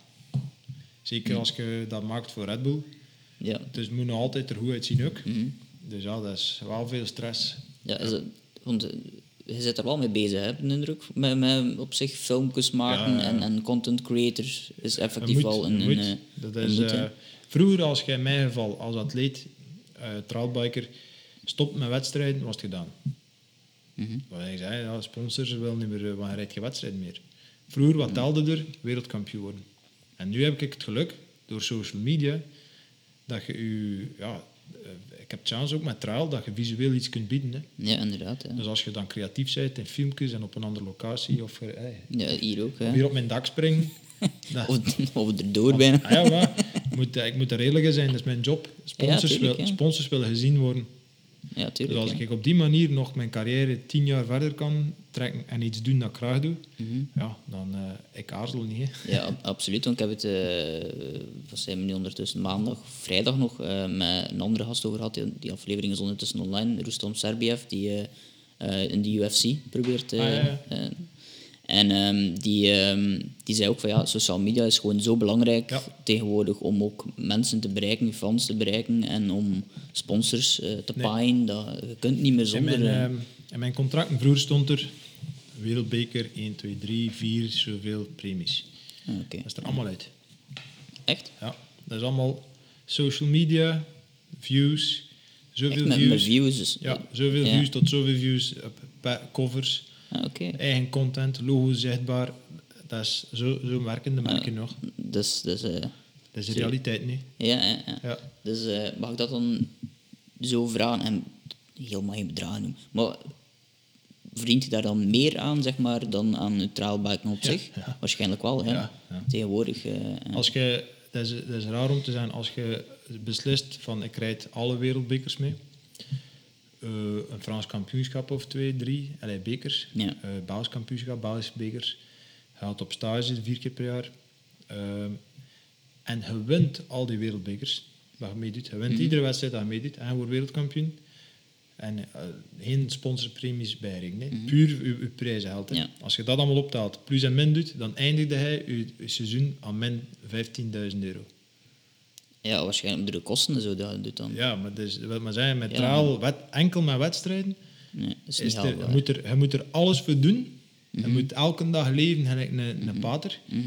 Zeker als je dat maakt voor Red Bull. Ja. Dus het moet nog altijd er goed uitzien ook. Mhm. Dus ja, dat is wel veel stress. Ja, is het, want eh, je zit er wel mee bezig, heb ik de indruk. Met, met op zich filmpjes maken Ja, ja. En, en content creators is Je effectief moet, wel een... je een, moet. eh, Dat een is, moet, hè. eh, vroeger, als je in mijn geval als atleet, uh, trailbiker, stopt met wedstrijden, was het gedaan. Mhm. Wat ik zei, ja, sponsors willen niet meer, want je rijdt geen wedstrijden meer. Vroeger, wat telde er? Wereldkampioen worden. En nu heb ik het geluk, door social media, dat je je... Ja, uh, ik heb de chance ook met trail, dat je visueel iets kunt bieden. Hè. Ja, inderdaad. Ja. Dus als je dan creatief bent in filmpjes en op een andere locatie, of je, hey, Ja, hier ook. Hè. weer op mijn dak springen... dat- Of, of erdoor bijna. Ah, ja, maar moet, ik moet er eerlijk in zijn, dat is mijn job. Sponsors, Ja, tuurlijk, wil, ja. sponsors willen gezien worden. Ja, Dus tuurlijk. als ja. ik op die manier nog mijn carrière tien jaar verder kan trekken en iets doen dat ik graag doe, Mhm. ja, dan uh, ik aarzel niet. Hè. Ja, ab- absoluut. Want ik heb het, uh, wat zijn we nu ondertussen, maandag, vrijdag nog, uh, met een andere gast over gehad. Die, die aflevering is ondertussen online. Rustam Serbiev, die uh, uh, in de U F C probeert. Uh, Ah, ja, ja. uh, en um, die, um, die zei ook van ja, social media is gewoon zo belangrijk Ja. tegenwoordig om ook mensen te bereiken, fans te bereiken en om sponsors uh, te Nee. paaien. Dat, je kunt niet meer In zonder... mijn, uh, uh, in mijn contract vroeger stond er wereldbeker één, twee, drie, vier, zoveel premies. ah, oké. Dat is er allemaal uit. Echt? Ja, dat is allemaal social media, views, zoveel Echt met, views. met views? Dus, Ja, zoveel Ja. views tot zoveel views, op pa- covers. Ah, oké. Eigen content, logo zichtbaar. Dat is zo, zo werken de merken nog. Dus, dus, uh, Dat is de realiteit nu. ja, ja, ja. Ja. Dus uh, mag ik dat dan zo vragen en helemaal geen bedragen noemen, maar verdient je daar dan meer aan, zeg maar, dan aan neutraal biken op Ja, zich? ja. Waarschijnlijk wel, hè? Ja, ja. Tegenwoordig. Uh, Als je, dat, is, dat is raar om te zeggen, als je beslist van ik rijd alle wereldbekers mee, uh, een Frans kampioenschap of twee, drie, allee, bekers, Ja. uh, Belgisch kampioenschap, Belgische bekers, je gaat op stage vier keer per jaar uh, en je wint al die wereldbekers, wat je meedoet. Je wint Mhm. iedere wedstrijd dat je meedoet en je wordt wereldkampioen. En uh, geen sponsorpremies bijrekenen. Mhm. Puur je, je prijzengeld. Hè. Ja. Als je dat allemaal optelt, plus en min doet, dan eindigde hij je, je seizoen aan min vijftienduizend euro. Ja, waarschijnlijk door de kosten zo dat je doet dan. Ja, maar dus, wil maar zeggen, met Ja. traal, wet, enkel met wedstrijden, Nee, dat is is niet er, je, haalbaar. moet er, je moet er alles voor doen. Je Mhm. moet elke dag leven gelijk een, een pater. Mhm.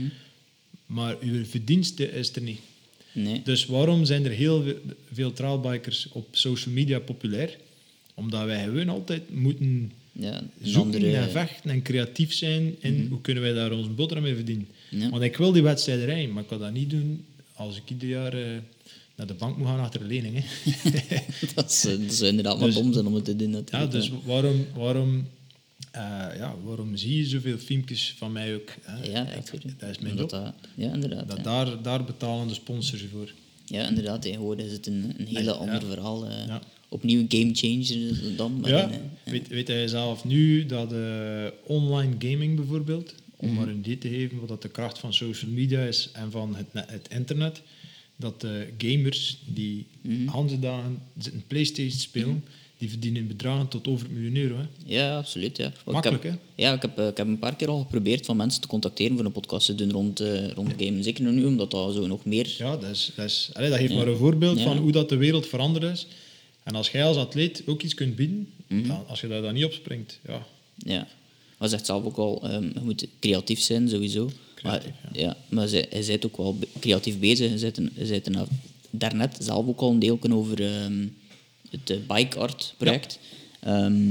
Maar je verdienste is er niet. Nee. Dus waarom zijn er heel veel, veel trailbikers op social media populair? Omdat wij gewoon altijd moeten Ja, een zoeken andere... en vechten en creatief zijn in hoe kunnen wij daar onze boterham mee verdienen. Ja. Want ik wil die wedstrijden rijden, maar ik kan dat niet doen als ik ieder jaar eh, naar de bank moet gaan achter een lening. Hè. dat, is, eh, dat zou inderdaad maar Dus- dom zijn om het te doen Ja, natuurlijk. dus hè. waarom, waarom, eh, ja, waarom zie je zoveel filmpjes van mij ook? Hè? Ja, Ik- natuurlijk. dat is mijn Omdat job. dat- Ja, inderdaad. Dat ja. daar, daar betalen de sponsors voor. Ja, inderdaad. Tegenwoordig is het een, een hele Ja. ander verhaal. eh. Ja. Opnieuw een gamechanger dan. Maar Ja, een, eh, weet, weet hij zelf nu dat eh, online gaming bijvoorbeeld, om Mhm. maar een idee te geven wat dat de kracht van social media is en van het, ne- het internet, dat de gamers die Mhm. handen dagen zitten PlayStation spelen, die verdienen bedragen tot over een miljoen euro. Hè. Ja, absoluut. Ja. Want Makkelijk, ik heb, hè? Ja, ik heb, eh, ik heb een paar keer al geprobeerd van mensen te contacteren voor een podcast te doen rond, eh rond gamen. Zeker nu, omdat dat zo nog meer... Ja, dat, is, dat, is, allee, dat geeft Ja. maar een voorbeeld Ja. van hoe dat de wereld veranderd is. En als jij als atleet ook iets kunt bieden, Mhm. dan, als je daar dan niet op springt, ja, Ja. Hij zegt zelf ook al, ehm, je moet creatief zijn, sowieso. Creatief, maar ja. maar zij, hij bent ook wel be- creatief bezig. Hij zei er- hij zei er nou daarnet zelf ook al een deel over ehm, het eh, bike art project. Ehm,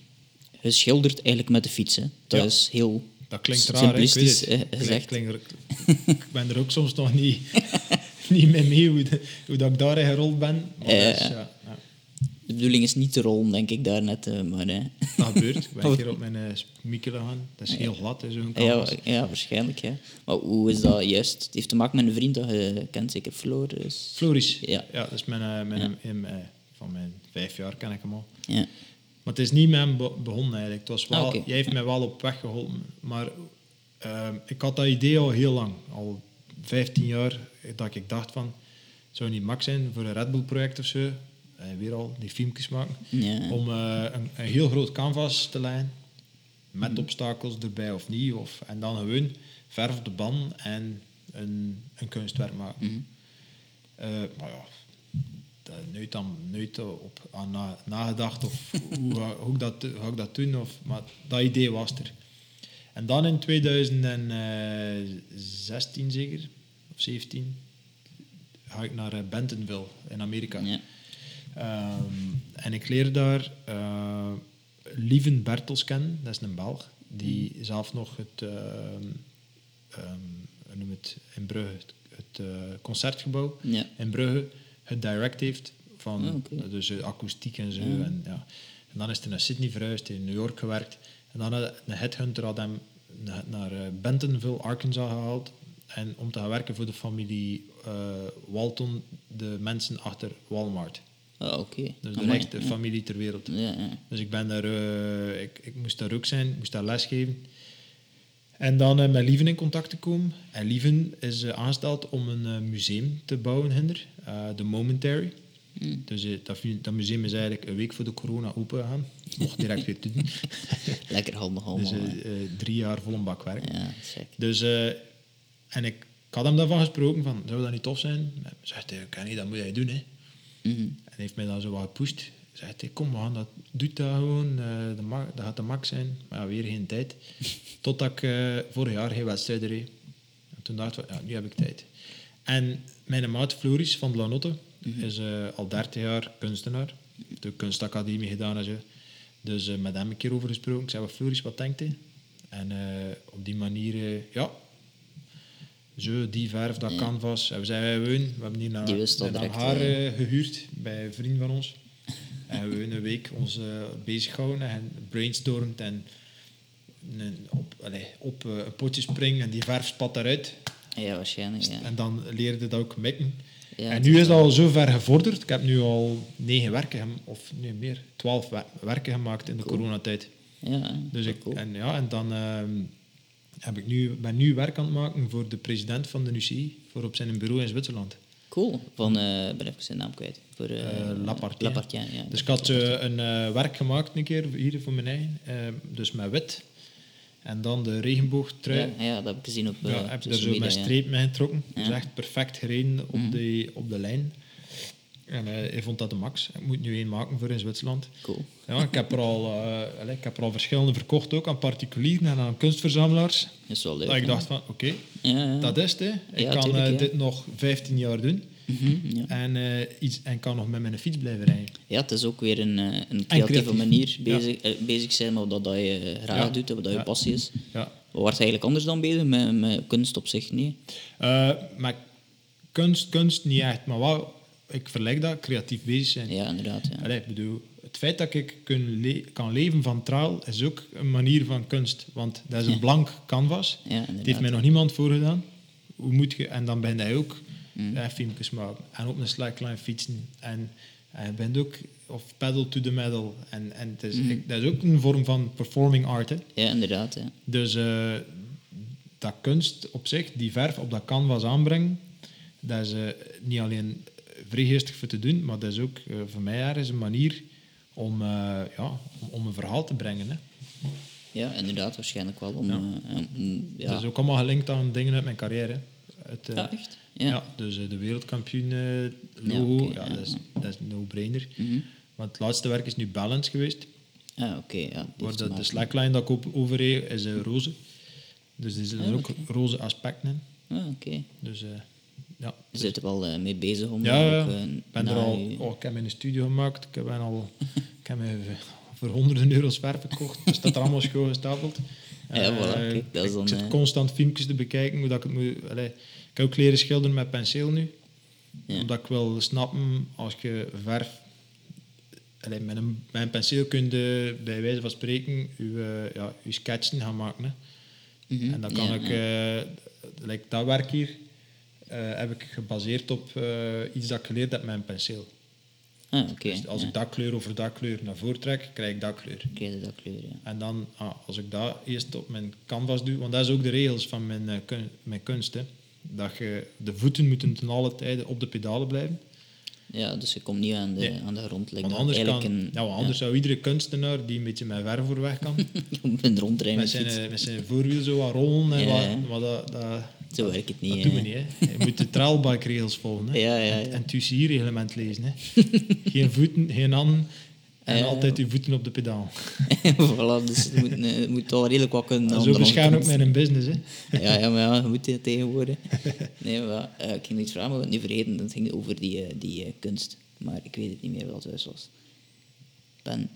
je schildert eigenlijk met de fiets. Hè. Dat Ja. is heel dat klinkt raar, hè, ik weet simplistisch het. eh, Klink- gezegd. klink- ik ben er ook soms nog niet, niet mee mee hoe, de- hoe dat ik daarin gerold ben. Maar Ja, dat, is, ja. ja, ja, De bedoeling is niet te rollen, denk ik, daarnet. eh, maar, eh, dat gebeurt. Ik ben een keer op mijn uh, Mikkelen gaan. Dat is heel glad, hè, zo'n ja, canvas. ja, waarschijnlijk. Ja. Maar hoe is dat juist? Het heeft te maken met een vriend dat je kent, zeker Floor. Dus... Floris. Ja. Ja, dat is mijn, eh, mijn, in, eh, van mijn vijf jaar ken ik hem al. Ja. Maar het is niet met hem be- begonnen eigenlijk. Het was wel, Ah, oké. Jij heeft mij wel op weg geholpen. Maar eh, ik had dat idee al heel lang. Al vijftien jaar dat ik dacht van... Het zou niet max zijn voor een Red Bull project of zo. Eh, weer al, die filmpjes maken. Ja. Om eh, een, een heel groot canvas te leggen. Met obstakels erbij of niet. Of, en dan gewoon verf op de ban en een, een kunstwerk maken. Mhm. Eh, maar ja, daar nooit, dan, nooit op aan na, nagedacht of hoe, ga, hoe ik dat, ga ik dat doen. Of, maar dat idee was er. En dan in tweeduizend zestien zeker, of zeventien, ga ik naar eh, Bentonville in Amerika. Ja. Ehm, en ik leer daar uh, Lieven Bertels kennen, dat is een Belg, die zelf nog het, uh, um, hoe noem het in Brugge, het, het uh, concertgebouw Ja. in Brugge gedirect heeft, van Ah, oké. dus uh, akoestiek en zo. Ja. En, ja. En dan is hij naar Sydney verhuisd, hij in New York gewerkt. En dan had een headhunter had hem naar, naar uh, Bentonville, Arkansas gehaald. En om te gaan werken voor de familie uh, Walton, de mensen achter Walmart. Ah, oké. Dus de Amai, rijkste ja. familie ter wereld. Ja, ja. Dus ik ben daar, uh, ik, ik moest daar ook zijn, ik moest daar lesgeven. En dan uh, met Lieven in contact te komen. En Lieven is uh, aangesteld om een uh, museum te bouwen, hinder, uh, de Momentary. Mm. Dus uh, dat, dat museum is eigenlijk een week voor de corona open gegaan. Mocht direct weer te doen. Lekker handig allemaal. Dus uh, hè. uh, drie jaar vol een bak werk. Ja, check. Dus, uh, en ik, ik had hem daarvan gesproken, van, zou dat niet tof zijn? Hij zegt, hij, Kenny, dat moet jij doen. Hè. Mhm. En hij heeft mij dan zo wat gepusht. Hij zegt, hey, kom, we gaan dat, doe dat gewoon. Uh, de ma- dat gaat de max zijn. Maar ja, weer geen tijd. Totdat ik uh, vorig jaar geen wedstrijden reed. En toen dacht ik, ja, nu heb ik tijd. En mijn maat Floris van de Lanotte mm-hmm. is uh, al dertig jaar kunstenaar. Heeft de kunstacademie gedaan en zo. Dus uh, met hem een keer over gesproken. Ik zei, wat Floris, wat denkt hij? En uh, op die manier, uh, ja... Zo, die verf, dat ja. canvas. En we zijn gewoon, we hebben hier naar, naar haar uh, gehuurd bij een vriend van ons. En we hebben een week ons uh, bezig gehouden en brainstormd en een, op, allez, op uh, een potje springen en die verf spat eruit. Ja, waarschijnlijk, ja. En dan leerde dat ook mikken. Ja, en nu is dat al zo ver gevorderd. Ik heb nu al negen werken, of nee, meer, twaalf werken gemaakt in de cool. coronatijd. Ja, dus ik, cool. en, ja, en dan... Uh, heb ik nu, ben nu werk aan het maken voor de president van de U C I, voor op zijn bureau in Zwitserland. Cool. Van, uh, ik ben even zijn naam kwijt. Voor, uh, Uh, Lapartien. Lapartien, ja. Dus ik had uh, een uh, werk gemaakt een keer hier voor mijn eigen. Uh, dus met wit. En dan de regenboogtrui. Ja, ja, dat heb ik gezien op uh, ja, heb je daar zo media, met streep mee getrokken. Ja. Dus echt perfect gereden op, Mm. de, op de lijn. En uh, hij vond dat de max. Ik moet nu één maken voor in Zwitserland. Cool. Ja, ik, heb er al, uh, allez, ik heb er al verschillende verkocht, ook aan particulieren en aan kunstverzamelaars. Dat is wel leuk. Dat ik hè? dacht van, oké, okay, ja, ja. dat is het. Hè. Ik Ja, kan tuurlijk, uh, ja. dit nog vijftien jaar doen. Mm-hmm, ja. En, uh, iets, en kan nog met mijn fiets blijven rijden. ja, het is ook weer een, uh, een creatieve creatief. manier bezig, Ja. uh, bezig zijn met wat dat je graag Ja. doet, wat dat je Ja. passie is. Ja. Wat was eigenlijk anders dan bezig met, met kunst op zich? Nee. Uh, maar kunst, kunst niet echt, maar wel, ik vergelijk dat, creatief bezig zijn. Ja, inderdaad. Ja. Allee, ik bedoel, het feit dat ik kun le- kan leven van traal is ook een manier van kunst. Want dat is een Ja. blank canvas. Ja, Het heeft inderdaad. mij nog niemand voorgedaan. Hoe moet je, en dan ben je ook Mm. eh, filmpjes maken. En op een slackline fietsen. En, en je bent ook, of pedal to the metal. En, en het is, Mm. ik, dat is ook een vorm van performing art. Hè. Ja, inderdaad. Ja. Dus uh, dat kunst op zich, die verf op dat canvas aanbrengen, dat is uh, niet alleen vrij geestig voor te doen, maar dat is ook uh, voor mij ergens een manier om, uh, ja, om, om een verhaal te brengen. Hè. ja, inderdaad. Waarschijnlijk wel. Om, Ja. uh, om, ja. Dat is ook allemaal gelinkt aan dingen uit mijn carrière. Het, uh, ja, echt? Ja. ja, dus uh, de wereldkampioen uh, logo, Ja, oké, ja, ja, dat, is, ja. dat is een no-brainer. Mhm. Want het laatste werk is nu Balance geweest. Ah, oké. ja, die Waar heeft de, te de maken. slackline dat ik op overreed is uh, roze. Dus er zitten Ah, ook oké. roze aspecten in. Ah, oké. Dus uh, ja. Je zit er wel uh, mee bezig om Ja, dan ja. ook, uh, Ik ben na er al, je- oh, ik heb mijn studio gemaakt. Ik heb, ben al, ik heb mij voor honderden euro's verf gekocht. Het staat er allemaal schoon gestapeld. Ja, Eh, voilà, kijk, dat is dan, ik zit eh, constant filmpjes te bekijken. Hoe dat ik, het moet, allee, ik heb ook leren schilderen met penseel nu. Ja. Omdat ik wil snappen, als je verf... Allee, met, een, met een penseel kun je bij wijze van spreken je, uh, ja, je sketchen gaan maken. Hè. Mhm, En dan kan ja, ik... ja. Uh, like dat werk hier uh, heb ik gebaseerd op uh, iets dat ik geleerd heb met een penseel. Ah, oké. Dus als ja. ik dat kleur over dat kleur naar voren trek, krijg ik dat kleur. Oké, dat kleur, ja. En dan, ah, als ik dat eerst op mijn canvas doe, want dat is ook de regels van mijn, uh, kun, mijn kunst, hè, dat je, de voeten moeten ten alle tijden op de pedalen blijven. Ja, dus je komt niet aan de, Nee. aan de grond. Like Want dat anders, kan, eigenlijk een, ja, want anders zou iedere kunstenaar die een beetje met verf voor weg kan, je moet een rondrijden met, met zijn, fiets. uh, met zijn voorwiel zo wat rollen, en Ja, wat, ja. maar dat, dat, Zo werkt het niet. dat doen we hè. niet. Hè. Je moet de trailbike-regels volgen. Hè. Ja, ja, ja. En, en het U C I-reglement lezen. Hè. Geen voeten, geen handen en Ja, ja. altijd je voeten op de pedaal. voilà, dus je moet, eh, je moet al redelijk wat kunnen. Dat aan is de ook beschermd ook andere met een business. Hè. kant. Ja, ja, maar ja, je moet dit tegenwoordig. Nee, maar uh, ik ging iets vragen, maar ik had het niet vergeten. Dat ging over die, uh, die uh, kunst. Maar ik weet het niet meer wat het juist was. Ben...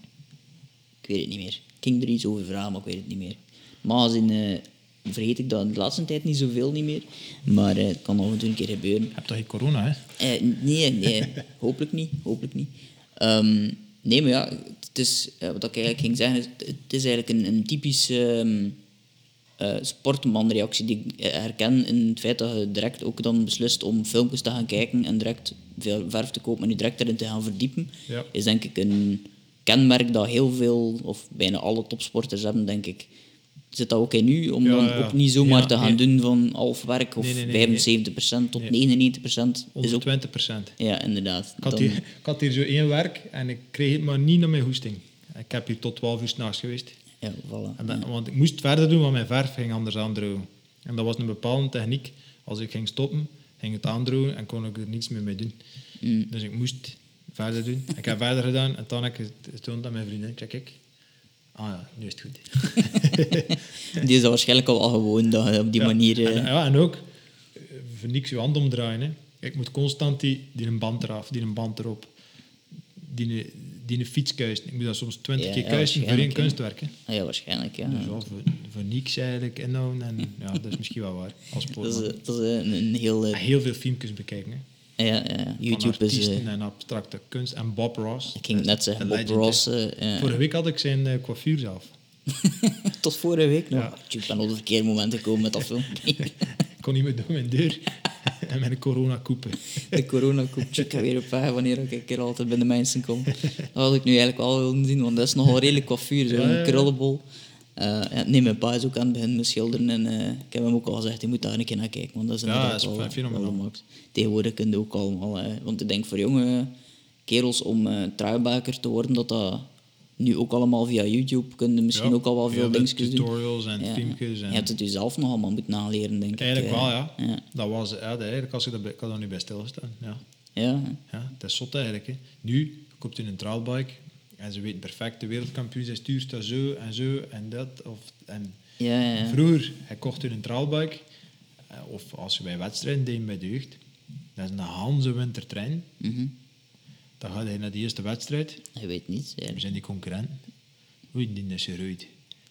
Ik weet het niet meer. Ik ging er iets over vragen, maar ik weet het niet meer. Maar als in... Uh, vergeet ik dat de laatste tijd niet zoveel niet meer. Maar uh, het kan nog een keer gebeuren. Je hebt toch geen corona, hè? Eh, nee, nee. Hopelijk niet. Hopelijk niet. Ehm, nee, maar ja, het is, eh, wat ik eigenlijk ging zeggen, is, het is eigenlijk een, een typische um, uh, sportmanreactie die ik eh, herken in het feit dat je direct ook dan beslist om filmpjes te gaan kijken en direct veel verf te kopen en je direct erin te gaan verdiepen. Ja. Is denk ik een kenmerk dat heel veel, of bijna alle topsporters hebben, denk ik. Zit dat ook in u, om Ja, dan ja. ook niet zomaar Ja, te gaan nee. doen van half werk of Nee, nee, nee, vijfenzeventig procent tot Nee. negenennegentig procent. Is ook, honderdtwintig procent. ja, inderdaad. Ik had, Dan- hier, ik had hier zo één werk en ik kreeg het maar niet naar mijn hoesting. Ik heb hier tot twaalf uur 's nachts geweest. Ja, voilà. En dat- want ik moest verder doen, want mijn verf ging anders aandrogen. En dat was een bepaalde techniek. Als ik ging stoppen, ging het aandrogen en kon ik er niets meer mee doen. Mm. Dus ik moest verder doen. Ik heb verder gedaan en dan heb ik het getoond aan mijn vriendin. Check ik. Ah ja, nu is het goed. Die is dat waarschijnlijk al wel gewoon dat je op die Ja, manier... eh, En, ja, en ook, eh, voor niks je hand omdraaien. Hè. Ik moet constant die, die een band eraf, die een band erop, die een, die een fiets kuisen. Ik moet dat soms twintig Ja, keer ja, kuisen voor één waarschijnlijk, kunstwerk. Hè. ah ja, waarschijnlijk, ja. Dus wel voor, voor niks eigenlijk inhouden. En ja, dat is misschien wel waar, als Dat sportman. is, eh, dat is eh, een, een heel... eh, En heel veel filmpjes bekijken. Hè. ja, ja, ja. Van YouTube is... artiesten eh, en abstracte kunst. En Bob Ross. ik ging het net zeggen, een Bob legend, Ross... hè. eh, ja. Vorige week had ik zijn uh, coiffure zelf. Tot vorige week nog. Ja. Ik ben op het verkeerde moment gekomen met dat filmpje. Ik kon niet meer door mijn deur. En met een corona-koepen. De corona-koepje. Ik ga weer op weg wanneer ik er altijd bij de mensen kom. Dat had ik nu eigenlijk wel willen zien, want dat is nogal redelijk coiffure. Zo'n Ja, ja, ja. krullenbol. Uh, ja, nee, mijn pa is ook aan het begin met schilderen en uh, ik heb hem ook al gezegd, je moet daar een keer naar kijken, want dat is Ja, inderdaad dat is wel, fenomenaal. wel de max. Tegenwoordig kun je ook allemaal, uh, want ik denk voor jonge kerels om uh, truibaker te worden, dat dat nu ook allemaal via YouTube kun je misschien Ja, ook al wel veel heel dingetjes doen. tutorials en Ja, filmpjes. En... Je hebt het jezelf nog allemaal moeten naleren, denk Eigenlijk ik. wel, uh, ja. ja. Dat was, ja, dat eigenlijk, als ik, dat, ik had er nu bij stilgestaan. Ja. Ja, Ja, dat is zot eigenlijk. Hè. Nu koopt je een trailbike en ze weten perfect, de wereldkampioen, zij stuurt dat zo en zo en dat. Of, en ja, ja, ja. Vroeger, hij kocht je een trailbike, eh, of als je bij wedstrijden deed bij de jeugd, dat is een Hanze wintertrein. Mm-hmm. Dan ga je naar de eerste wedstrijd, Je weet niets, we eigenlijk. zijn die concurrenten. Oei, die is eruit.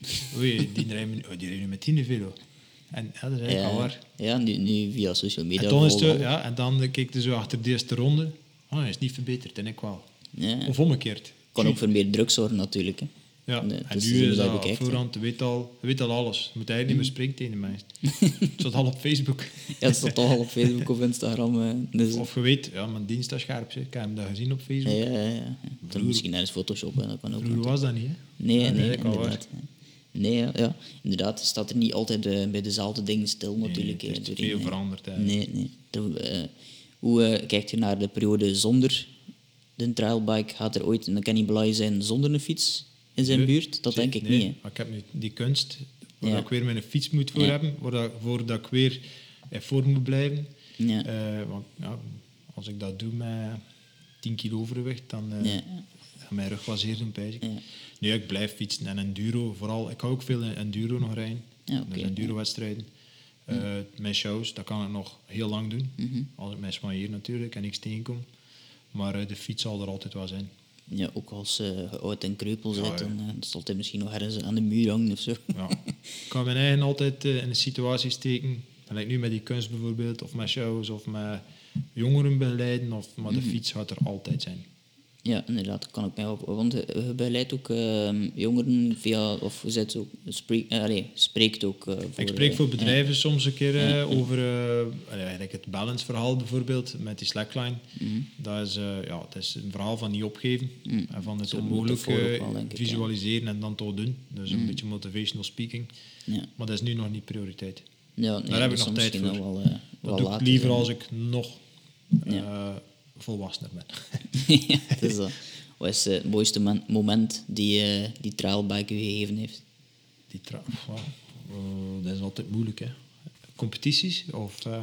Oei, die rijden, oh, die rijden met tien velo. En ja, dat is eigenlijk al Ja, waar. ja nu, nu via social media. En, dan is het, volgen. zo- ja, en dan keek je zo achter de eerste ronde. Ah, hij is niet verbeterd, en ik wel. Ja. Of omgekeerd. Kan ook voor meer druk zorgen, natuurlijk. Hè. Ja, Nee, en dus nu zien we is dat dat op bekijkt, hè. voorhand, je weet, al, je weet al alles. Je moet eigenlijk niet meer springen tegen de mensen. Het staat al op Facebook. Ja, het staat toch al op Facebook of Instagram. eh, Dus, Of je weet, ja, mijn dienst is scherp. Zeg. Ik heb hem dat gezien op ja, Facebook. ja, ja. ja. Dan misschien ergens Photoshop, hè, dat kan ook. Vroeger was dat niet, hè? Nee, Ja, nee, dat is al waar. inderdaad. Nee, ja, ja. Inderdaad, het staat er niet altijd eh, bij dezelfde dingen stil, natuurlijk. het is hè, te doorheen, veel hè. veranderd, eigenlijk. Nee, nee. Er, eh, hoe eh, kijkt je naar de periode zonder de trailbike? Gaat er ooit een Kenny Bly zijn zonder een fiets in zijn Nee, buurt? Dat zie- denk ik nee, niet, hè. Maar ik heb nu die kunst, waar Ja. ik weer mijn fiets moet voor Ja. hebben, waar voordat ik weer in vorm moet blijven. Ja. Eh, want ja, als ik dat doe met tien kilo overgewicht, dan uh, Ja. gaat mijn rug wel zeer doen, pijs ik. Ja. Nee, ik blijf fietsen en enduro, vooral. Ik ga ook veel in enduro nog rijden. Ja, oké, dus enduro-wedstrijden. Uh, mijn shows, dat kan ik nog heel lang doen. Mhm. Als ik mij soigneer natuurlijk en niks tegenkom. Maar uh, de fiets zal er altijd wel zijn. Ja, ook als je oud en kreupel Ja, bent, ja. dan uh, zal het misschien nog ergens aan de muur hangen of zo. Ja. Ik kan mijn eigen altijd uh, in een situatie steken. Gelijk nu met die kunst bijvoorbeeld, of met shows, of met jongeren begeleiden. Of, maar de fiets gaat er altijd zijn. Ja, inderdaad, dat kan ik mij op. Want je je begeleidt ook uh, jongeren via, of je zet ook, spreek, uh, allez, spreekt ook uh, voor... Ik spreek voor uh, bedrijven soms een keer uh, Ja. over uh, eigenlijk het balance verhaal bijvoorbeeld met die slackline. Mhm. Dat, is, uh, ja, dat is een verhaal van niet opgeven Mhm. en van het Zo'n onmogelijke metafoor ook wel, denk ik, visualiseren en dan toch doen. Dus een Mhm. beetje motivational speaking. Ja, Maar dat is nu nog niet prioriteit. ja nee, Daar heb ik dat nog zal tijd misschien voor. wel, uh, Dat wel doe ik later liever zijn. als ik nog uh, Ja. volwassener ben. Ja, het is dat. Wat is uh, het mooiste man- moment die uh, die trailbike u gegeven heeft? Die tra- wow. uh, dat is altijd moeilijk, hè. Competities of... Uh,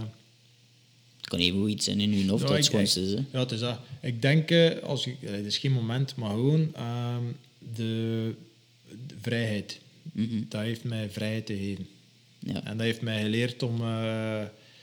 Het kan even iets zijn in uw hoofd, Ja, wat het ik- schoonste is. Hè? Ja, het is dat. Ik denk, eh, als ik, eh, het is geen moment, maar gewoon ehm, de, de vrijheid. Mhm. Dat heeft mij vrijheid te geven. Ja. En dat heeft mij geleerd om eh,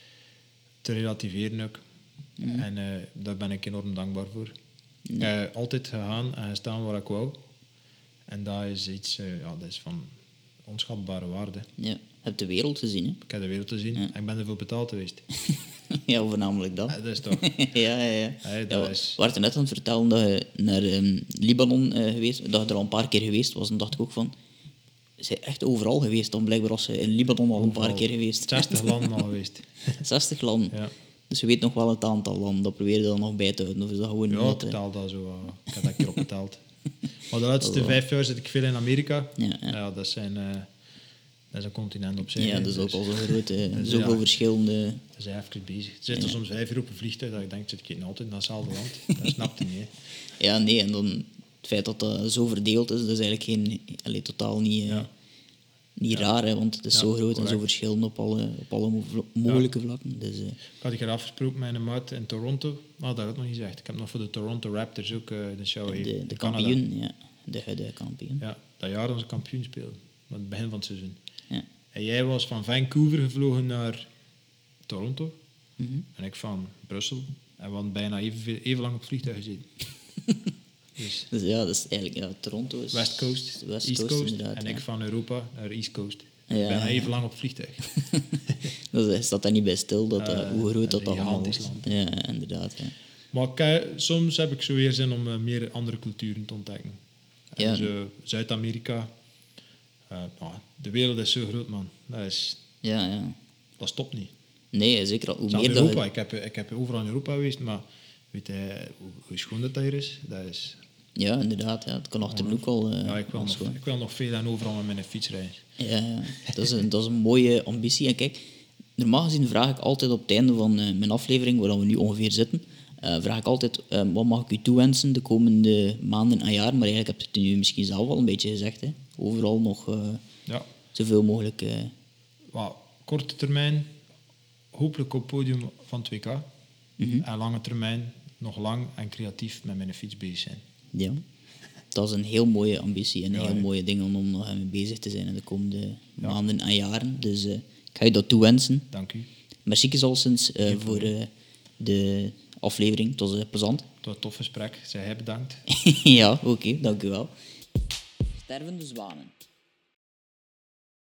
te relativeren ook. Mhm. En eh, daar ben ik enorm dankbaar voor. Eh, altijd gegaan en gestaan waar ik wou. En dat is iets, eh, ja, dat is van onschatbare waarde. Ja. Je hebt de wereld gezien, hè? Ik heb de wereld te zien en ik ben ervoor betaald geweest. Ja, voornamelijk dat. Eh, dat is toch... ja, ja, ja. Hey, ja dat we is- we waren net aan het vertellen dat je naar ehm, Libanon eh, geweest dat je er al een paar keer geweest was. En dacht ik ook van... Ze zijn echt overal geweest dan blijkbaar als ze in Libanon al een paar Overal. keer geweest. zestig landen al geweest. zestig landen. Ja. Dus je weet nog wel het aantal landen. Dat probeer je dan nog bij te houden. Of is dat gewoon Ja, niet, ik eh, betaal dat zo. uh, ik heb dat een keer opbetaald. Maar de laatste vijf jaar zit ik veel in Amerika. Ja, ja. dat, zijn, uh, dat is een continent op zich. Ja, hè, dat is ook dus al zo groot. hè. Dus Zoveel ja. verschillende... we zijn even bezig. Er zitten soms vijf uur op een vliegtuig dat ik denk, zit ik niet altijd in datzelfde land. Dat snapt je niet. Hè. Ja, nee. En dan het feit dat dat zo verdeeld is, dat is eigenlijk geen... Allee, totaal niet... eh, Ja. Niet raar, hè, want het is Ja, zo groot en zo correct. verschillend op alle, op alle mo- vlo- mogelijke vlakken. Dus, eh, Ik had hier afgesproken met een maat in Toronto. Nou, dat heb ik nog niet gezegd. Ik heb nog voor de Toronto Raptors ook uh, de show gegeven. de, in de Canada. kampioen, ja. De huidige kampioen. Ja, dat jaar dat ze kampioen speelden. Aan het begin van het seizoen. Ja. En jij was van Vancouver gevlogen naar Toronto. Mhm. En ik van Brussel. En we hadden bijna even, even lang op het vliegtuig gezeten. Dus Dus ja, dat is eigenlijk... Ja, Toronto is... West Coast, West East Coast, Coast. inderdaad, En ja. ik van Europa naar East Coast. Ja, bijna ja. even lang op het vliegtuig. Dus hij staat daar niet bij stil, dat, dat- Eh, hoe groot dat dat, is dat een allemaal is. gigantisch Ja, inderdaad. Ja. Maar ik, eh, soms heb ik zo weer zin om eh, meer andere culturen te ontdekken. En Ja. zo Zuid-Amerika. eh, nou, de wereld is zo groot, man. Dat, is, Ja, ja. dat stopt niet. Nee, zeker al. Hoe Zelfs meer Europa. dat je... Ik, heb, ik heb overal in Europa geweest, maar weet je hoe, hoe schoon dat hier is? Dat is Ja, inderdaad. Ja. Het kan achter me ook al... Uh, ja, ik wil, nog, gewoon. ik wil nog veel en overal met mijn fiets rijden. Ja, ja. Dat, is een, dat is een mooie ambitie. En kijk, normaal gezien vraag ik altijd op het einde van uh, mijn aflevering, waar we nu ongeveer zitten, uh, vraag ik altijd, uh, wat mag ik u toewensen de komende maanden en jaar? Maar eigenlijk heb je het nu misschien zelf al een beetje gezegd. Hè. Overal nog uh, ja. zoveel mogelijk... Uh, well, korte termijn, hopelijk op het podium van het W K. Mm-hmm. En lange termijn, nog lang en creatief met mijn fiets bezig zijn. Ja. Dat is een heel mooie ambitie en een ja, heel ja. mooie ding om, om nog mee bezig te zijn in de komende ja. maanden en jaren. Dus uh, ik ga je dat toewensen. Dank u. Merci alleszins uh, voor uh, de aflevering. Het was uh, plezant. Het was een tof gesprek. Zij hij bedankt. Ja, oké. Okay, dank u wel. Stervende zwanen.